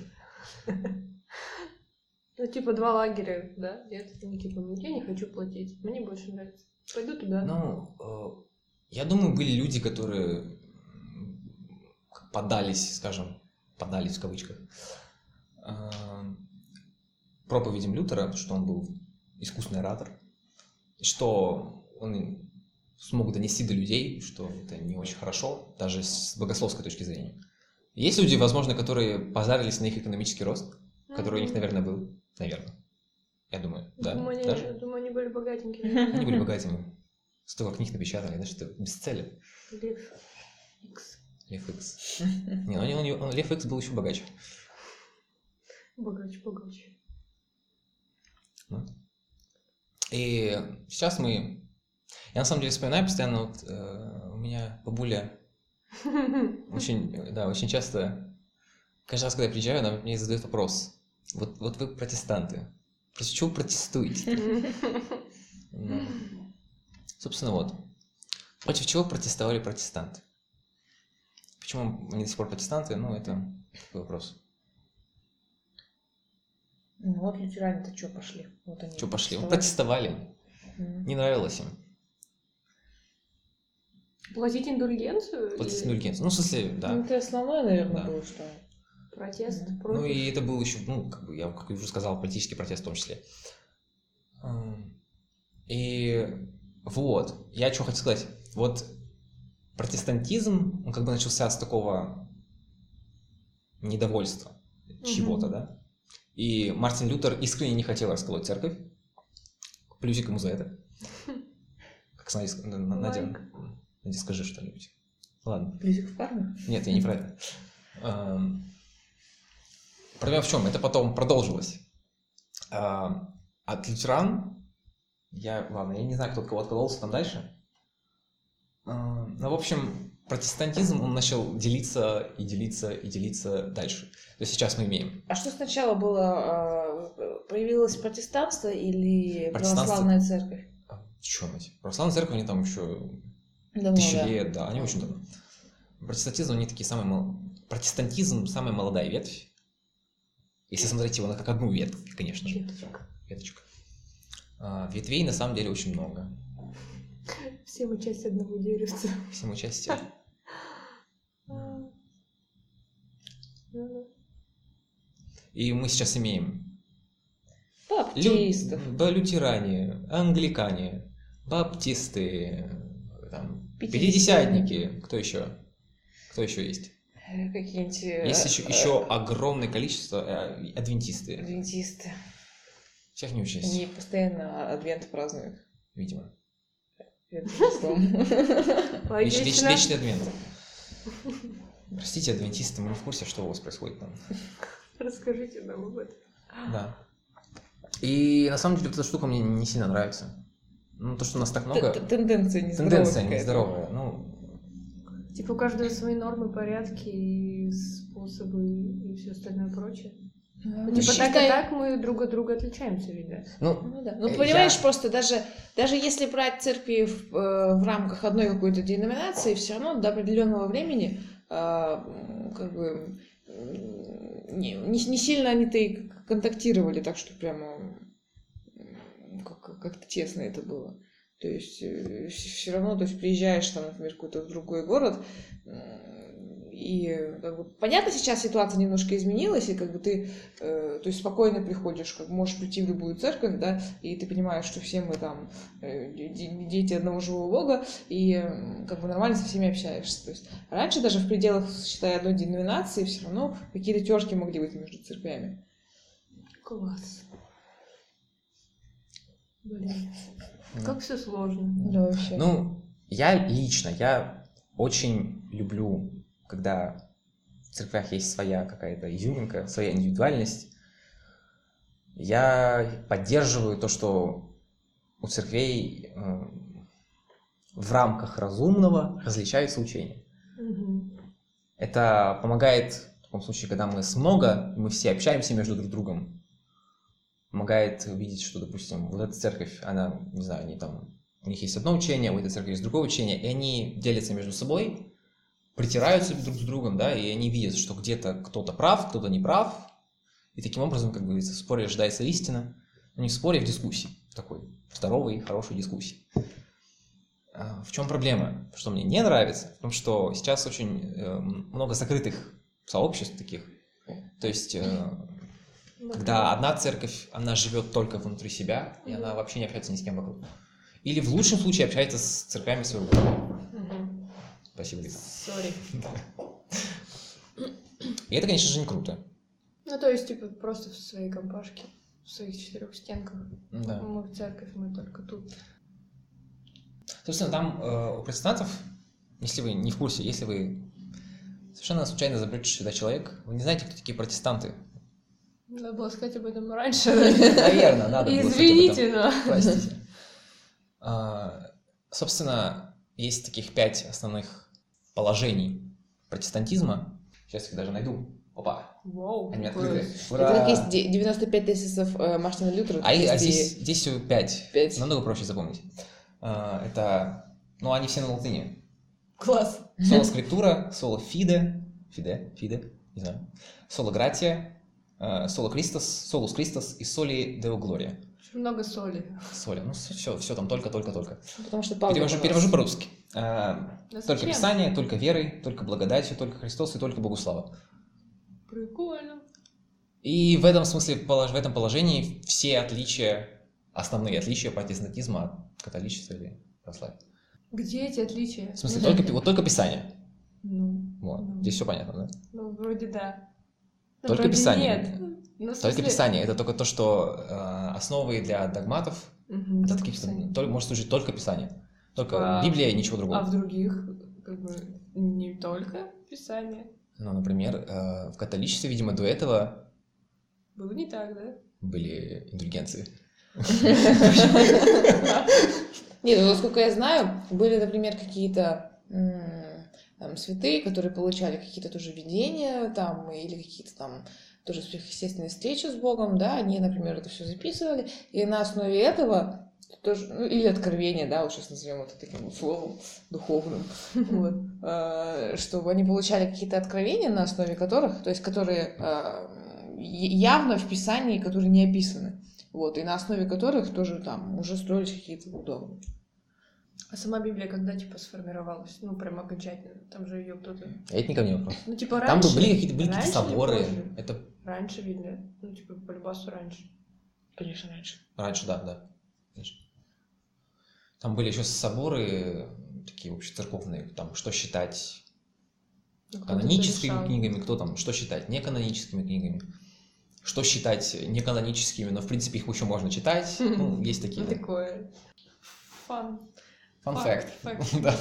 Ну, типа, два лагеря, да? Нет, ну, типа, я не хочу платить, мне больше нравится. Пойду туда. Ну, э, я думаю, были люди, которые м, поддались, скажем, поддались в кавычках, э, проповедям Лютера, что он был искусный оратор, и что он смог донести до людей, что это не очень хорошо, даже с богословской точки зрения. Есть люди, возможно, которые позарились на их экономический рост, который у них, Мгм. наверное, был. Наверное. Я думаю, да. Думаю, они, Даже? думаю, они были богатенькие. Они были богатыми. Столько книг напечатали, знаешь, это бестселлер. Лев Икс. Лев Икс. Не, он, он- он- Лев Икс был еще богаче. Богаче, богаче. Ну. И сейчас мы... Я на самом деле вспоминаю постоянно, вот э, у меня бабуля очень, да, очень часто, каждый раз, когда я приезжаю, она мне задает вопрос. Вот, вот вы протестанты, против чего протестуете? Ну, собственно, вот. Против чего протестовали протестанты? Почему они до сих пор протестанты? Ну, это такой вопрос. Ну вот лютеране-то что пошли? Вот они Что пошли? Вот протестовали. протестовали. Не нравилось им. Платить индульгенцию? Платить или индульгенцию. Ну, в смысле, Ну, да. это основное, наверное, Да. было, что... Протест Мгм. против? Ну, и это был еще, ну, как бы, я как уже сказал, политический протест в том числе. Ам, И вот, я что хотел сказать. Вот протестантизм, он как бы начался с такого недовольства чего-то, да? И Мартин Лютер искренне не хотел расколоть церковь. Плюсик ему за это. Как Надя, ск- Н- Н- Надя, Лайк. Надя, скажи что-нибудь. Ладно. Плюсик в карму? Нет, я не про это. Ам, Проблема в чем? Это потом продолжилось. А, От лютеран, я, ладно, я не знаю, кто от кого откололся там дальше. А, Ну, в общем, протестантизм, он начал делиться и делиться и делиться дальше. То есть сейчас мы имеем А что сначала было? э, Появилось протестанство или Протестанство. православная церковь? Чё, мать? Православная церковь, они там еще Давно, тысячи да. лет, да, они очень давно. Протестантизм, они такие самые... мол- Протестантизм самая молодая ветвь. Если смотреть его на как одну ветвь, конечно же. Веточка. Веточка. А, Ветвей на самом деле очень много. Все мы часть одного деревца. Всем участие. Ну да. И мы сейчас имеем лю- Баптистов. да, лютеране, англикане, баптисты, там, пятидесятники. Кто еще? Кто еще есть? э, Какие-нибудь... э, Есть еще, э, еще огромное количество э, адвентисты. Адвентисты. Всех не учесть, Они постоянно адвент празднуют. видимо. Это числом. Веч- веч- Логично. вечный адвент. Простите, адвентисты, мы не в курсе, что у вас происходит там. Расскажите нам об этом. Да. И на самом деле вот эта штука мне не сильно нравится. Ну, то, что у нас так много... Т- Тенденция нездоровая. Тенденция какая-то. нездоровая. Ну, Типа у каждого свои нормы, порядки и способы и все остальное прочее. Ну, Ну, типа так и считай- так мы друг от друга отличаемся, видно. ну, Ну да. Ну, Э, понимаешь, я- просто даже, даже если брать церкви в, э, в рамках одной какой-то деноминации, все равно до определенного времени э, м, как бы м, не, не, не сильно они-то и контактировали, так что прямо м, как- как-то тесно это было. То есть все равно, то есть приезжаешь там, например, в какой-то другой город, м, и как бы, понятно, сейчас ситуация немножко изменилась, и как бы ты, э, то есть спокойно приходишь, как можешь прийти в любую церковь, да, и ты понимаешь, что все мы там э, де- дети одного живого Бога, и э, как бы нормально со всеми общаешься. То есть раньше даже в пределах, считай, одной деноминации все равно какие-то терки могли быть между церквями. Класс. Блин, да. как все сложно. Да, вообще. Ну, я лично, я очень люблю, когда в церквях есть своя какая-то изюминка, своя индивидуальность. Я поддерживаю то, что у церквей э, в рамках разумного различаются учения. Мгм. Это помогает в таком случае, когда мы с много, и мы все общаемся между друг другом. Помогает увидеть, что, допустим, вот эта церковь, она, не знаю, они там, у них есть одно учение, у этой церкви есть другое учение, и они делятся между собой, притираются друг с другом, да, и они видят, что где-то кто-то прав, кто-то не прав, и таким образом, как говорится, в споре рождается истина, но не в споре, а в дискуссии, в такой здоровой, хорошей дискуссии. А в чем проблема? Что мне не нравится? В том, что сейчас очень э, много закрытых сообществ таких, то есть... э, когда одна церковь, она живет только внутри себя, и она вообще не общается ни с кем вокруг. Или в лучшем случае общается с церквями своего города. Мгм. Спасибо, Лиза. Сори. И это, конечно же, не круто. Ну, то есть, типа, просто в своей компашке, в своих четырех стенках. Да. Мы в церковь, мы только тут. Собственно, там э, у протестантов, если вы не в курсе, если вы совершенно случайно забредший сюда человек, вы не знаете, кто такие протестанты. Надо было сказать об этом раньше. Наверное, надо было сказать об этом. Извините, но... Простите. А, Собственно, есть таких пять основных положений протестантизма. Сейчас их даже найду. Опа. Вау, Они какое- открыты. Это как есть де- девяносто пять тезисов э, Мартина Лютера. А, и- есть а и здесь, здесь всего пять. пять. Намного проще запомнить. А, это, ну, они все на латыни. Класс. Соло скриптура, соло фиде, фиде, фиде, не знаю, соло гратия, соло кристос, солус кристос и соли део глория. Очень много соли. Соли, ну все, все там только, только, только. Потому что Павел Перевожу, у нас- перевожу по-русски. А, Да только зачем? Писание, только верой, только благодатью, только Христос и только Богу слава. Прикольно. И в этом смысле, полож- в этом положении все отличия, основные отличия протестантизма от католичества или православия. Где эти отличия? В смысле, Ну, только, вот только Писание. Ну, Вот. Ну. Здесь все понятно, да? ну, вроде да. Ну, Только вроде Писание. Нет. Ну, в Только смысле- Писание. Это только то, что э, основы для догматов. Мгм, Это только такие, Писание. только, может служить только Писание. Только А- Библия и ничего А другого. в других, как бы, не только Писание. Ну, например, э, в католичестве, видимо, до этого Было не так, да? были индульгенции. Нет, ну, насколько я знаю, были, например, какие-то м, там, святые, которые получали какие-то тоже видения, там, или какие-то там тоже сверхъестественные встречи с Богом, да, они, например, это все записывали, и на основе этого тоже, ну, или откровения, да, вот сейчас назовем это таким вот словом духовным, вот, э, чтобы они получали какие-то откровения, на основе которых, то есть которые э, явно в Писании, которые не описаны. Вот, и на основе которых тоже там уже строились какие-то догмы. А сама Библия когда, типа, сформировалась? Ну, прям окончательно. Там же ее кто-то... Это не ко мне вопрос. Ну, типа, Там раньше... были какие-то были какие-то раньше или соборы. позже? Это Раньше Библия. Ну, типа, по любасу раньше. Конечно, раньше. раньше, да, да. Конечно. Там были еще соборы такие общецерковные, там, что считать Ну, кто-то каноническими решал. книгами, кто там, что считать неканоническими книгами, что считать неканоническими, но в принципе их еще можно читать. Ну, есть такие. Ну, да. такое. Фан. Fun Факт, fact. факт. Да.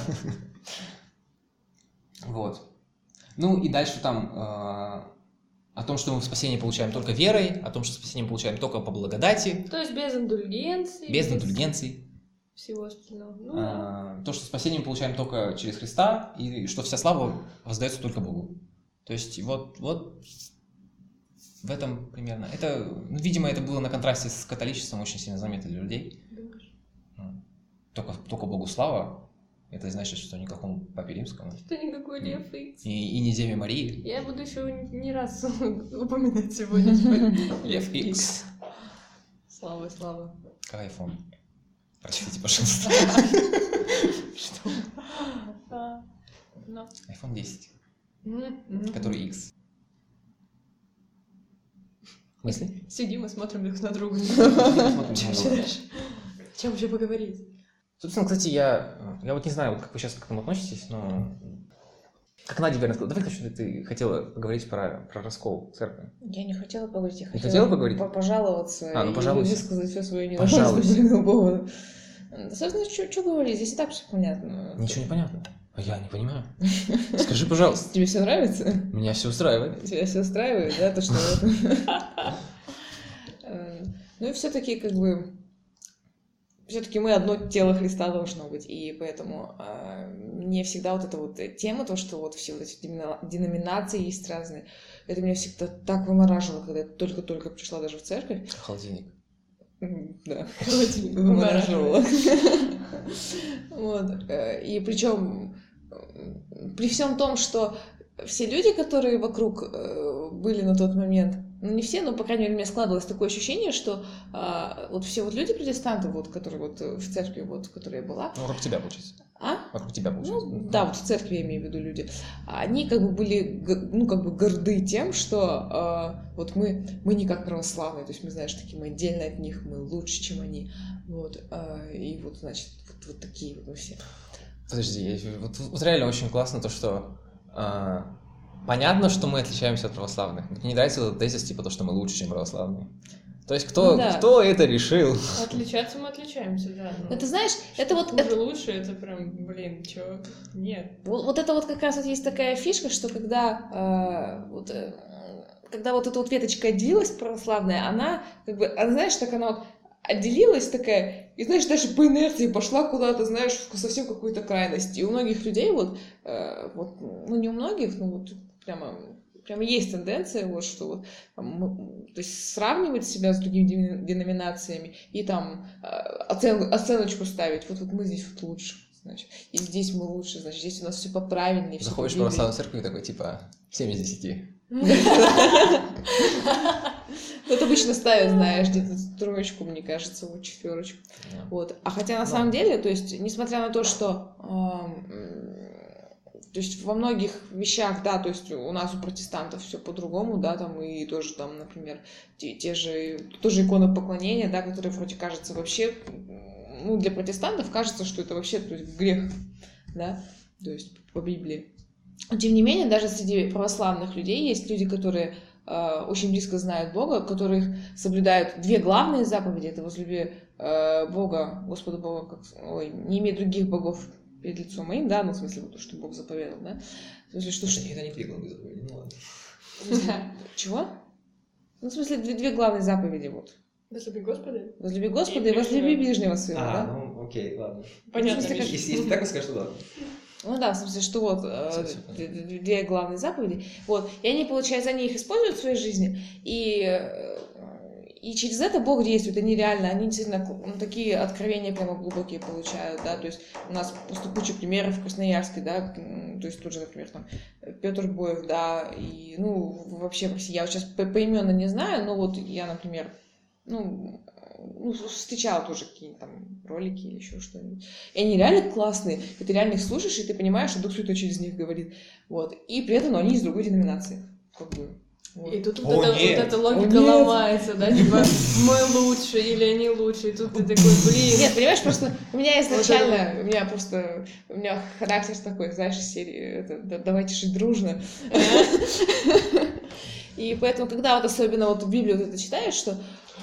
Вот. Ну и дальше там э, о том, что мы спасение получаем только верой, о том, что спасение мы получаем только по благодати, То есть без индульгенций. без индульгенций. Всего остального. Ну, да. Э, то, что спасение мы получаем только через Христа, и что вся слава воздается только Богу. То есть вот, вот в этом примерно. Это, ну, видимо, это было на контрасте с католичеством очень сильно заметно для людей. Думаешь? Ну, Только, только Богу слава. Это значит, что никакому Папе Римскому Что никакой Лев Икс. и, и не Деве Марии. Я буду еще не раз упоминать сегодня. типа, Лев Икс. Слава, слава. Как айфон. Простите, пожалуйста. Что? А, ну. айфон десять, М, м. который X. Мысли? Сидим и смотрим друг на друга. Смотрим Чем на еще друга. дальше? О чем еще поговорить? Собственно, кстати, я, я вот не знаю, вот как вы сейчас к этому относитесь, но... Как Надя верно сказала, давай, что ты хотела поговорить про, про раскол церкви. Я не хотела поговорить, я Не хотела, хотела поговорить? по- пожаловаться А, ну, и пожалуйся. высказать все свое Пожалуйся. недовольство по этому поводу. Да, собственно, что говорить, здесь и так все понятно. Ничего не понятно. А я не понимаю. Скажи, пожалуйста. Тебе все нравится? Меня все устраивает. Тебя все устраивает, да, то, что... Э, Ну и все-таки, как бы, все-таки мы одно тело Христа должно быть, и поэтому э, мне всегда вот эта вот тема, то, что вот все вот эти демина- деноминации есть разные, это меня всегда так вымораживало, когда я только-только пришла даже в церковь. Холодильник. М, Да, Холодильник вымораживала. Вот. э, И причем при всем том, что все люди, которые вокруг э, были на тот момент, ну не все, но по крайней мере у меня складывалось такое ощущение, что а, вот все вот люди протестанты, вот, которые вот в церкви, вот, в которой я была, Ну, вокруг тебя, получается. а? Вокруг тебя, получается. Ну, да, вот в церкви я имею в виду люди. Они как бы были, г- ну, как бы горды тем, что э, вот мы, мы не как православные, то есть мы, знаешь, такие, мы отдельно от них, мы лучше, чем они. Вот, э, и вот, значит, вот, вот такие вот мы все. Подожди, я- вот, вот реально очень классно то, что а, понятно, что мы отличаемся от православных. Мне не нравится этот тезис, типа то, что мы лучше, чем православные. То есть кто, Ну да. кто это решил? Отличаться мы отличаемся, да. но Но ты знаешь, это вот... хуже, это- лучше, это прям, блин, чё? Нет. Вот, вот это вот как раз вот есть такая фишка, что когда э, вот, э, когда вот эта вот веточка отделилась православная, она как бы, она, знаешь, так она вот отделилась такая, и, знаешь, даже по инерции пошла куда-то, знаешь, в совсем какую-то крайность. И у многих людей вот, э, вот ну, не у многих, но вот прямо, прямо есть тенденция, вот, что вот, там, то есть сравнивать себя с другими деноминациями и там э, оцен, оценочку ставить. Вот, вот мы здесь вот лучше, значит, и здесь мы лучше, значит, здесь у нас все поправильнее. Заходишь в православную церковь и такой, типа, семь из десяти. Вот обычно ставят, знаешь, где-то троечку, мне кажется, вот четверочку. Yeah. Вот. А хотя на no. самом деле, то есть, несмотря на то, что э, то есть во многих вещах, да, то есть у нас у протестантов все по-другому, да, там и тоже там, например, те, те же, тоже иконы поклонения, да, которые вроде кажется вообще, ну, для протестантов кажется, что это вообще, то есть, грех, да, то есть по Библии. Но тем не менее, даже среди православных людей есть люди, которые э, очень близко знают Бога, которые соблюдают две главные заповеди. Это возлюби э, Бога, Господа Бога, как, ой, не имей других богов перед лицом моим, да, ну, в смысле, вот то, что Бог заповедал, да. В смысле, что... Это, это не две главные заповеди, ну ладно. Чего? Ну, в смысле, две, две главные заповеди, вот. Возлюби Господа. Возлюби Господа и, и возлюби ближнего своего, а, да? ну, окей, ладно. Понятно. Если, если, если так, скажешь, то ладно. Ну да, в смысле, что вот э, две главные заповеди, вот, и они, получается, они их используют в своей жизни, и, и через это Бог действует, они реально, они действительно ну, такие откровения прямо глубокие получают, да, то есть у нас просто куча примеров в Красноярске, да, то есть тут же, например, там, Петр Боев, да, и, ну, вообще, я сейчас поименно не знаю, но вот я, например, ну, ну, встречала тоже какие-нибудь там ролики или еще что-нибудь. И они реально классные. И ты реально их слушаешь, и ты понимаешь, что Дух Святой через них говорит. Вот. И при этом, ну, они из другой деноминации. Как бы. Вот. И тут О, вот, это, вот эта логика ломается, да, типа мы лучше или они лучше, и тут ты такой, блин. Нет, понимаешь, просто у меня изначально, у меня просто, у меня характер такой, знаешь, из серии, это, давайте жить дружно. И поэтому, когда вот особенно вот в Библии вот это читаешь, что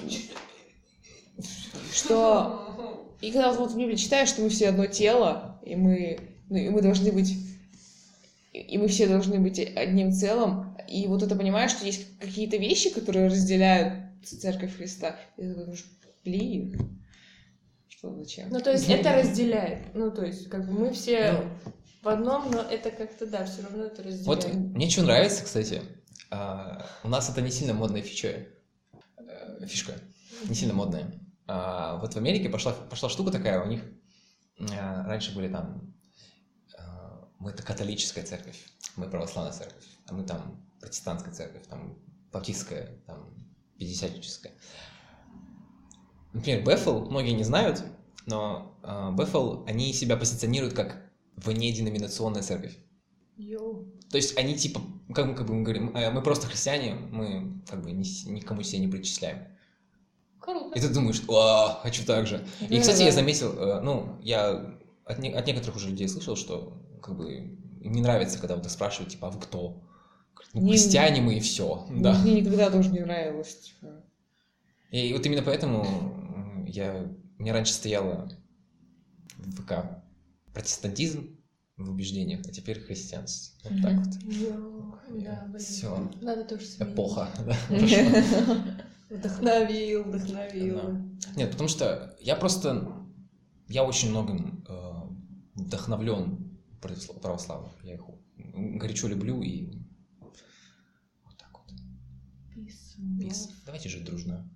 что и когда вот в Библии читаешь, что мы все одно тело, и мы, ну, и мы должны быть, и мы все должны быть одним целым, и вот это понимаешь, что есть какие-то вещи, которые разделяют Церковь Христа, и ты такой, блин, что, зачем? Ну, то есть это разделяет, ну, то есть как бы мы все Ну, в одном, но это как-то, да, все равно это разделяет. Вот мне что нравится, кстати, а, у нас это не сильно модная фича, э, фишка, не сильно модная. А, вот в Америке пошла, пошла штука такая, у них а, раньше были там, а, мы это католическая церковь, мы православная церковь, а мы там протестантская церковь, там баптистская, там пятидесятническая. Например, Бэффл, многие не знают, но а, Бэффл, они себя позиционируют как внеденоминационная церковь. Йоу. То есть они типа, как мы, как бы мы говорим, мы просто христиане, мы как бы ни, никому себя не причисляем. Круто. И ты думаешь, а, хочу так же. И, Ну, кстати, да. я заметил, ну, я от, не- от некоторых уже людей слышал, что как бы им не нравится, когда вот их спрашивают, типа, а вы кто? Ну, Не- христиане мы и все, да. Мне никогда тоже не нравилось, типа. И вот именно поэтому я, у меня раньше стояло в ВК протестантизм в убеждениях, а теперь христианство. Вот так вот. Йоу. Да, блин. Все. Надо тоже сменить. Эпоха, да. Хорошо. Вдохновил, вдохновил. Да. Нет, потому что я просто, я очень многим э, вдохновлен православным. Я их горячо люблю и вот так вот. Peace. Peace. Давайте жить дружно.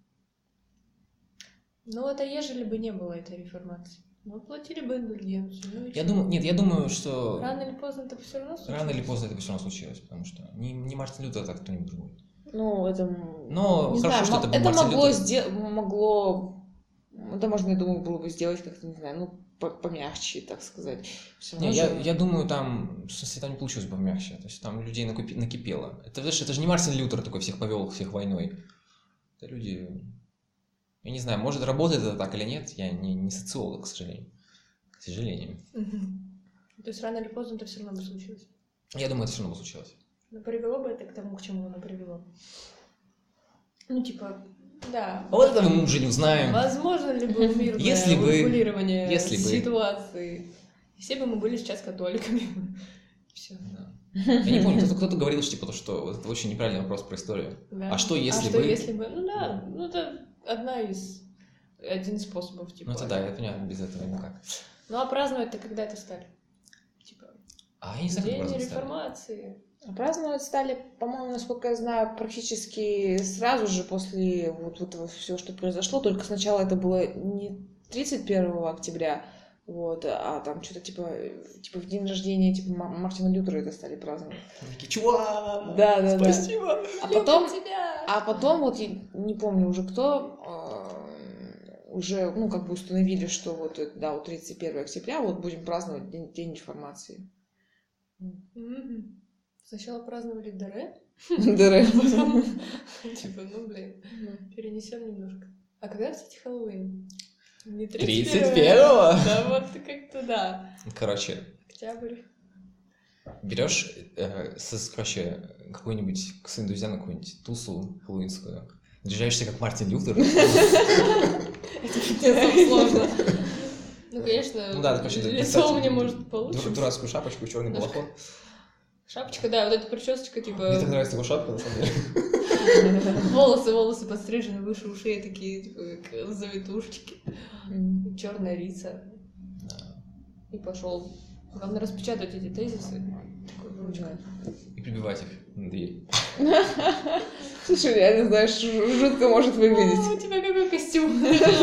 Ну вот, а ежели бы не было этой реформации? Ну, платили бы индульгенцию. Ну, и Я чё? думаю, нет, я думаю, что Рано или поздно это все равно случится. рано или поздно это все равно случилось, потому что не, не Мартин Лютер, так кто-нибудь другой. Ну, это... Но не хорошо, знаю, что мо- это был это Мартин могло, Лютер. сдел- могло... Это можно, я думаю, было бы сделать как-то, не знаю, ну, по- помягче, так сказать. Всё Не, равно я, же- я думаю, там, в смысле, там не получилось бы помягче. То есть там людей накупи- накипело. Это, знаешь, это же не Мартин Лютер такой всех повел, всех войной. Это люди... Я не знаю, может, работает это так или нет, я не, не социолог, к сожалению. К сожалению. Мгм. То есть рано или поздно это все равно бы случилось. Я думаю, это все равно бы случилось. Но привело бы это к тому, к чему оно привело. Ну, типа, да. А вот это мы уже не узнаем. Возможно ли было мирное Если бы- урегулирование если бы- ситуации? И все бы мы были сейчас католиками. Все. Да. Я не помню, кто-то, кто-то говорил, что, типа, то, что вот это очень неправильный вопрос про историю. Да. А что, если а что бы- если бы? Ну да, ну это одна из один из способов, типа. Ну это да, я понимаю, без этого никак. Ну а праздновать-то когда это стали? Типа, А я не знаю, как День праздновать стали. реформации. А праздновать стали, по-моему, насколько я знаю, практически сразу же после вот этого всего, что произошло. Только сначала это было не тридцать первого октября, вот, а там что-то типа, типа в день рождения типа Ма- Мартина Лютера это стали праздновать. Они такие, чувак, Да, да, да. спасибо. А потом, тебя! а потом вот я не помню уже кто э, уже, ну как бы установили, что вот э, да, вот тридцать первого октября вот будем праздновать день, день реформации. Мгм. Сначала праздновали Даре, ДР. потом, типа, ну, блин, перенесем немножко. А когда, кстати, Хэллоуин? Не тридцать первого? Да, вот как-то да. Короче, Октябрь. берешь, э, с, короче, какую-нибудь к своим друзьям на какую-нибудь тусу хэллоуинскую, держаешься как Мартин Лютер. Это пиздец сложно. Ну, конечно, Ну да, короче, лицо у меня может получиться. Дурацкую шапочку, черный балахон. Шапочка, да, вот эта прическа, Мне так типа, нравится его шапка, на самом деле. волосы, волосы подстрижены выше ушей, такие, типа, как завитушечки. Черная риса. И пошел. Главное распечатать эти тезисы. Такой ручкой. И прибивать их на дверь. Слушай, реально, знаешь, жу- жутко может О, выглядеть. у тебя какой костюм?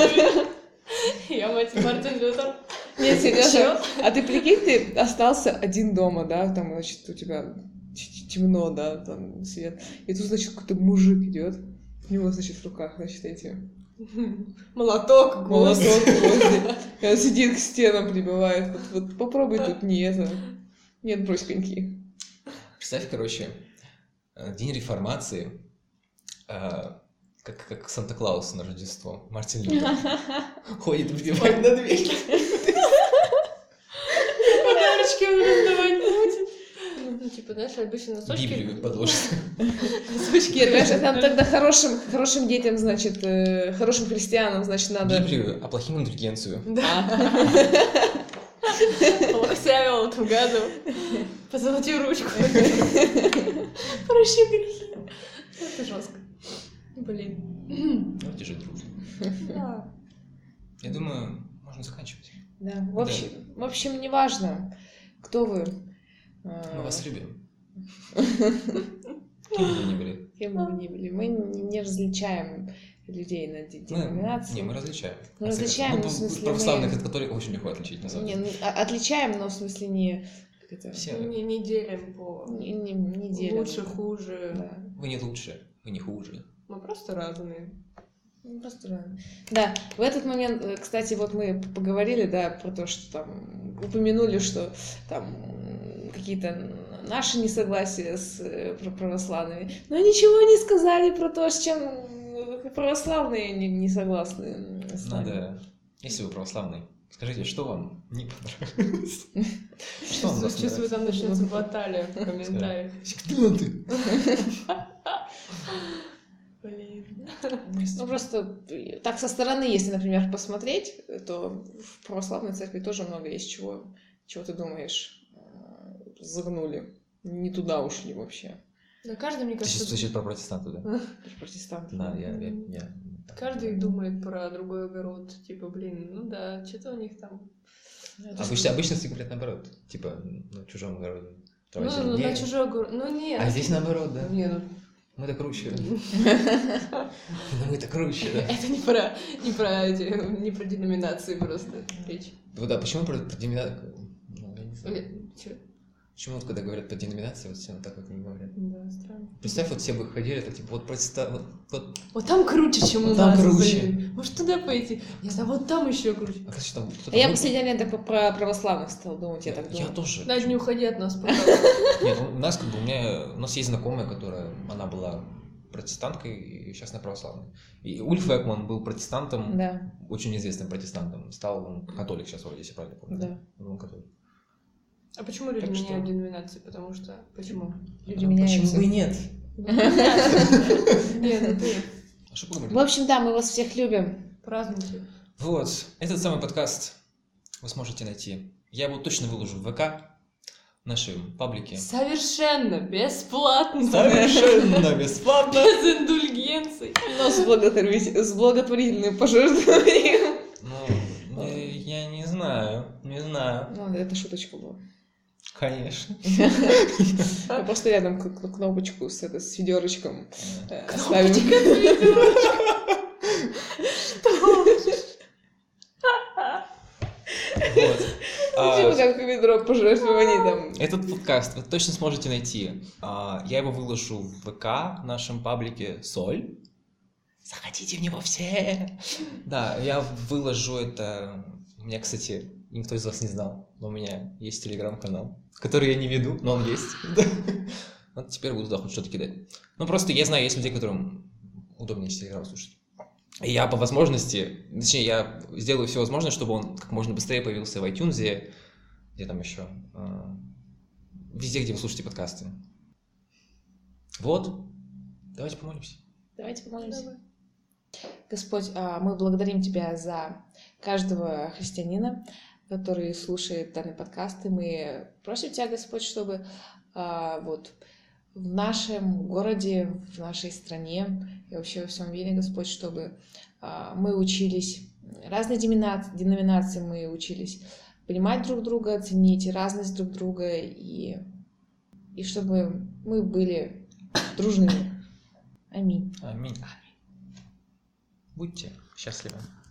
Я мать Мартин Лютер. Нет, серьезно. Чё? А ты прикинь, ты остался один дома, да, там, значит, у тебя т- темно, да, там свет. И тут, значит, какой-то мужик идет. У него, значит, в руках, значит, эти Молоток, гвоздь. молоток, гвозди. И он сидит к стенам, прибивает. Вот, вот попробуй тут не это. Нет, брось коньки. Представь, короче, э, день реформации, э, как, как Санта-Клаус на Рождество. Мартин Лютер ходит и прибивает на дверь. Подарочки он раздавать будет. Ну, типа, знаешь, обычно носочки... Библию подложит. Носочки, Нет, понимаешь, там тогда хорошим, хорошим детям, значит, э, хорошим христианам, значит, надо... Библию, а плохим индульгенцию. Да. Полоскавил в этом году. Позолотил ручку. Прощи грехи. Это жестко. Блин. Давайте жить дружно. Да. Я думаю, можно заканчивать. Да, в общем, в общем, неважно, кто вы. э, Мы вас любим. Кем бы вы ни были. Кем бы вы ни были. Мы не различаем людей на де- деноминации. Мы, не, мы различаем. Мы различаем, Ну, ну, в смысле, православных мы- от католиков очень легко отличить, на самом Не, деле. ну, а- отличаем, но в смысле не... как это, Все. Не, не делим по не, не, не делим. лучше, хуже. Да. Вы не лучше, вы не хуже. Мы просто разные. Ну, просто рано. Да, в этот момент, э, кстати, вот мы поговорили, да, про то, что там упомянули, что там м, какие-то наши несогласия с э, пр- православными, но ничего не сказали про то, с чем э, православные не, не согласны с нами. Надо, если вы православный, скажите, что вам не понравилось? Что вам не Чувствую, там начнется баталия в комментариях. Сектанты. Блин. Ну, просто э, так со стороны, если, например, посмотреть, то в православной церкви тоже много есть чего, чего ты думаешь, э, загнули. Не туда ушли вообще. Да каждый, мне Ты сейчас кажется, слышишь про протестантов, да? Протестанты. Да, я... я, я- каждый думает про другой огород. Типа, блин, ну да, что-то у них там... Обычно, обычно все говорят наоборот. Типа, на чужом огороде. Ну, ну, на чужой огород. Ну, нет. А здесь наоборот, да? Не, ну, Мы-то круче. Ну мы-то круче, да. это не про, не про, эти- не про деноминации просто речь. Вот да, почему про, про деноминацию? Ну, я не знаю. Или, чё? Почему вот когда говорят про деноминацию, вот все вот так вот не говорят? Да, странно. Представь, вот все бы ходили, это типа вот протестант, вот, вот, Вот там круче, чем у Вот там нас. круче. блин. Может, туда пойти? Я знаю, вот там еще круче. а короче, там кто-то... А я был- последнее время так про православных стал думать, я так Я думаю. тоже. Надь, не уходи от нас, пожалуйста. Нет, у нас как бы, у меня, у нас есть знакомая, которая, она была протестанткой и сейчас она православная. И Ульф Экман был протестантом, Да, очень известным протестантом. Стал он католик сейчас вроде, если правильно помню. да. Он католик. А почему люди Так что- меняют деноминации? Потому что... Почему? Люди А меняются. Почему бы и нет? Нет, ну ты А что поговорили? В общем, да, мы вас всех любим. празднуйте. Вот, этот самый подкаст вы сможете найти. Я его точно выложу в ВК, нашем паблике. Совершенно бесплатно. Совершенно бесплатно. Без индульгенций. Но с, благотворитель... с благотворительным пожертвованием. Ну, я, я не знаю, не знаю. Ну, это шуточка была. Конечно. Мы просто рядом к- к- кнопочку с, это, с ведерочком э, оставим. Вот. Типа А, как ведро пожертвований там. Этот подкаст вы точно сможете найти. А, Я его выложу в ВК, в нашем паблике Соль. Заходите в него все. Да, я выложу это. У меня, кстати, никто из вас не знал, но у меня есть телеграм-канал, который я не веду, но он есть. Вот теперь буду, да, хоть что-то кидать. Ну, просто я знаю, есть людей, которым удобнее через телеграм слушать. И я по возможности, точнее, я сделаю все возможное, чтобы он как можно быстрее появился в iTunes, где там еще, э, везде, где вы слушаете подкасты. Вот, давайте помолимся. Давайте помолимся. Господь, а, мы благодарим Тебя за каждого христианина, который слушает данный подкаст, и мы просим Тебя, Господь, чтобы а, вот в нашем городе, в нашей стране и вообще во всем мире, Господь, чтобы а, мы учились, разные деноминации, деноминации мы учились понимать друг друга, ценить разность друг друга, и, и чтобы мы были дружными. Аминь. Аминь. Будьте счастливы.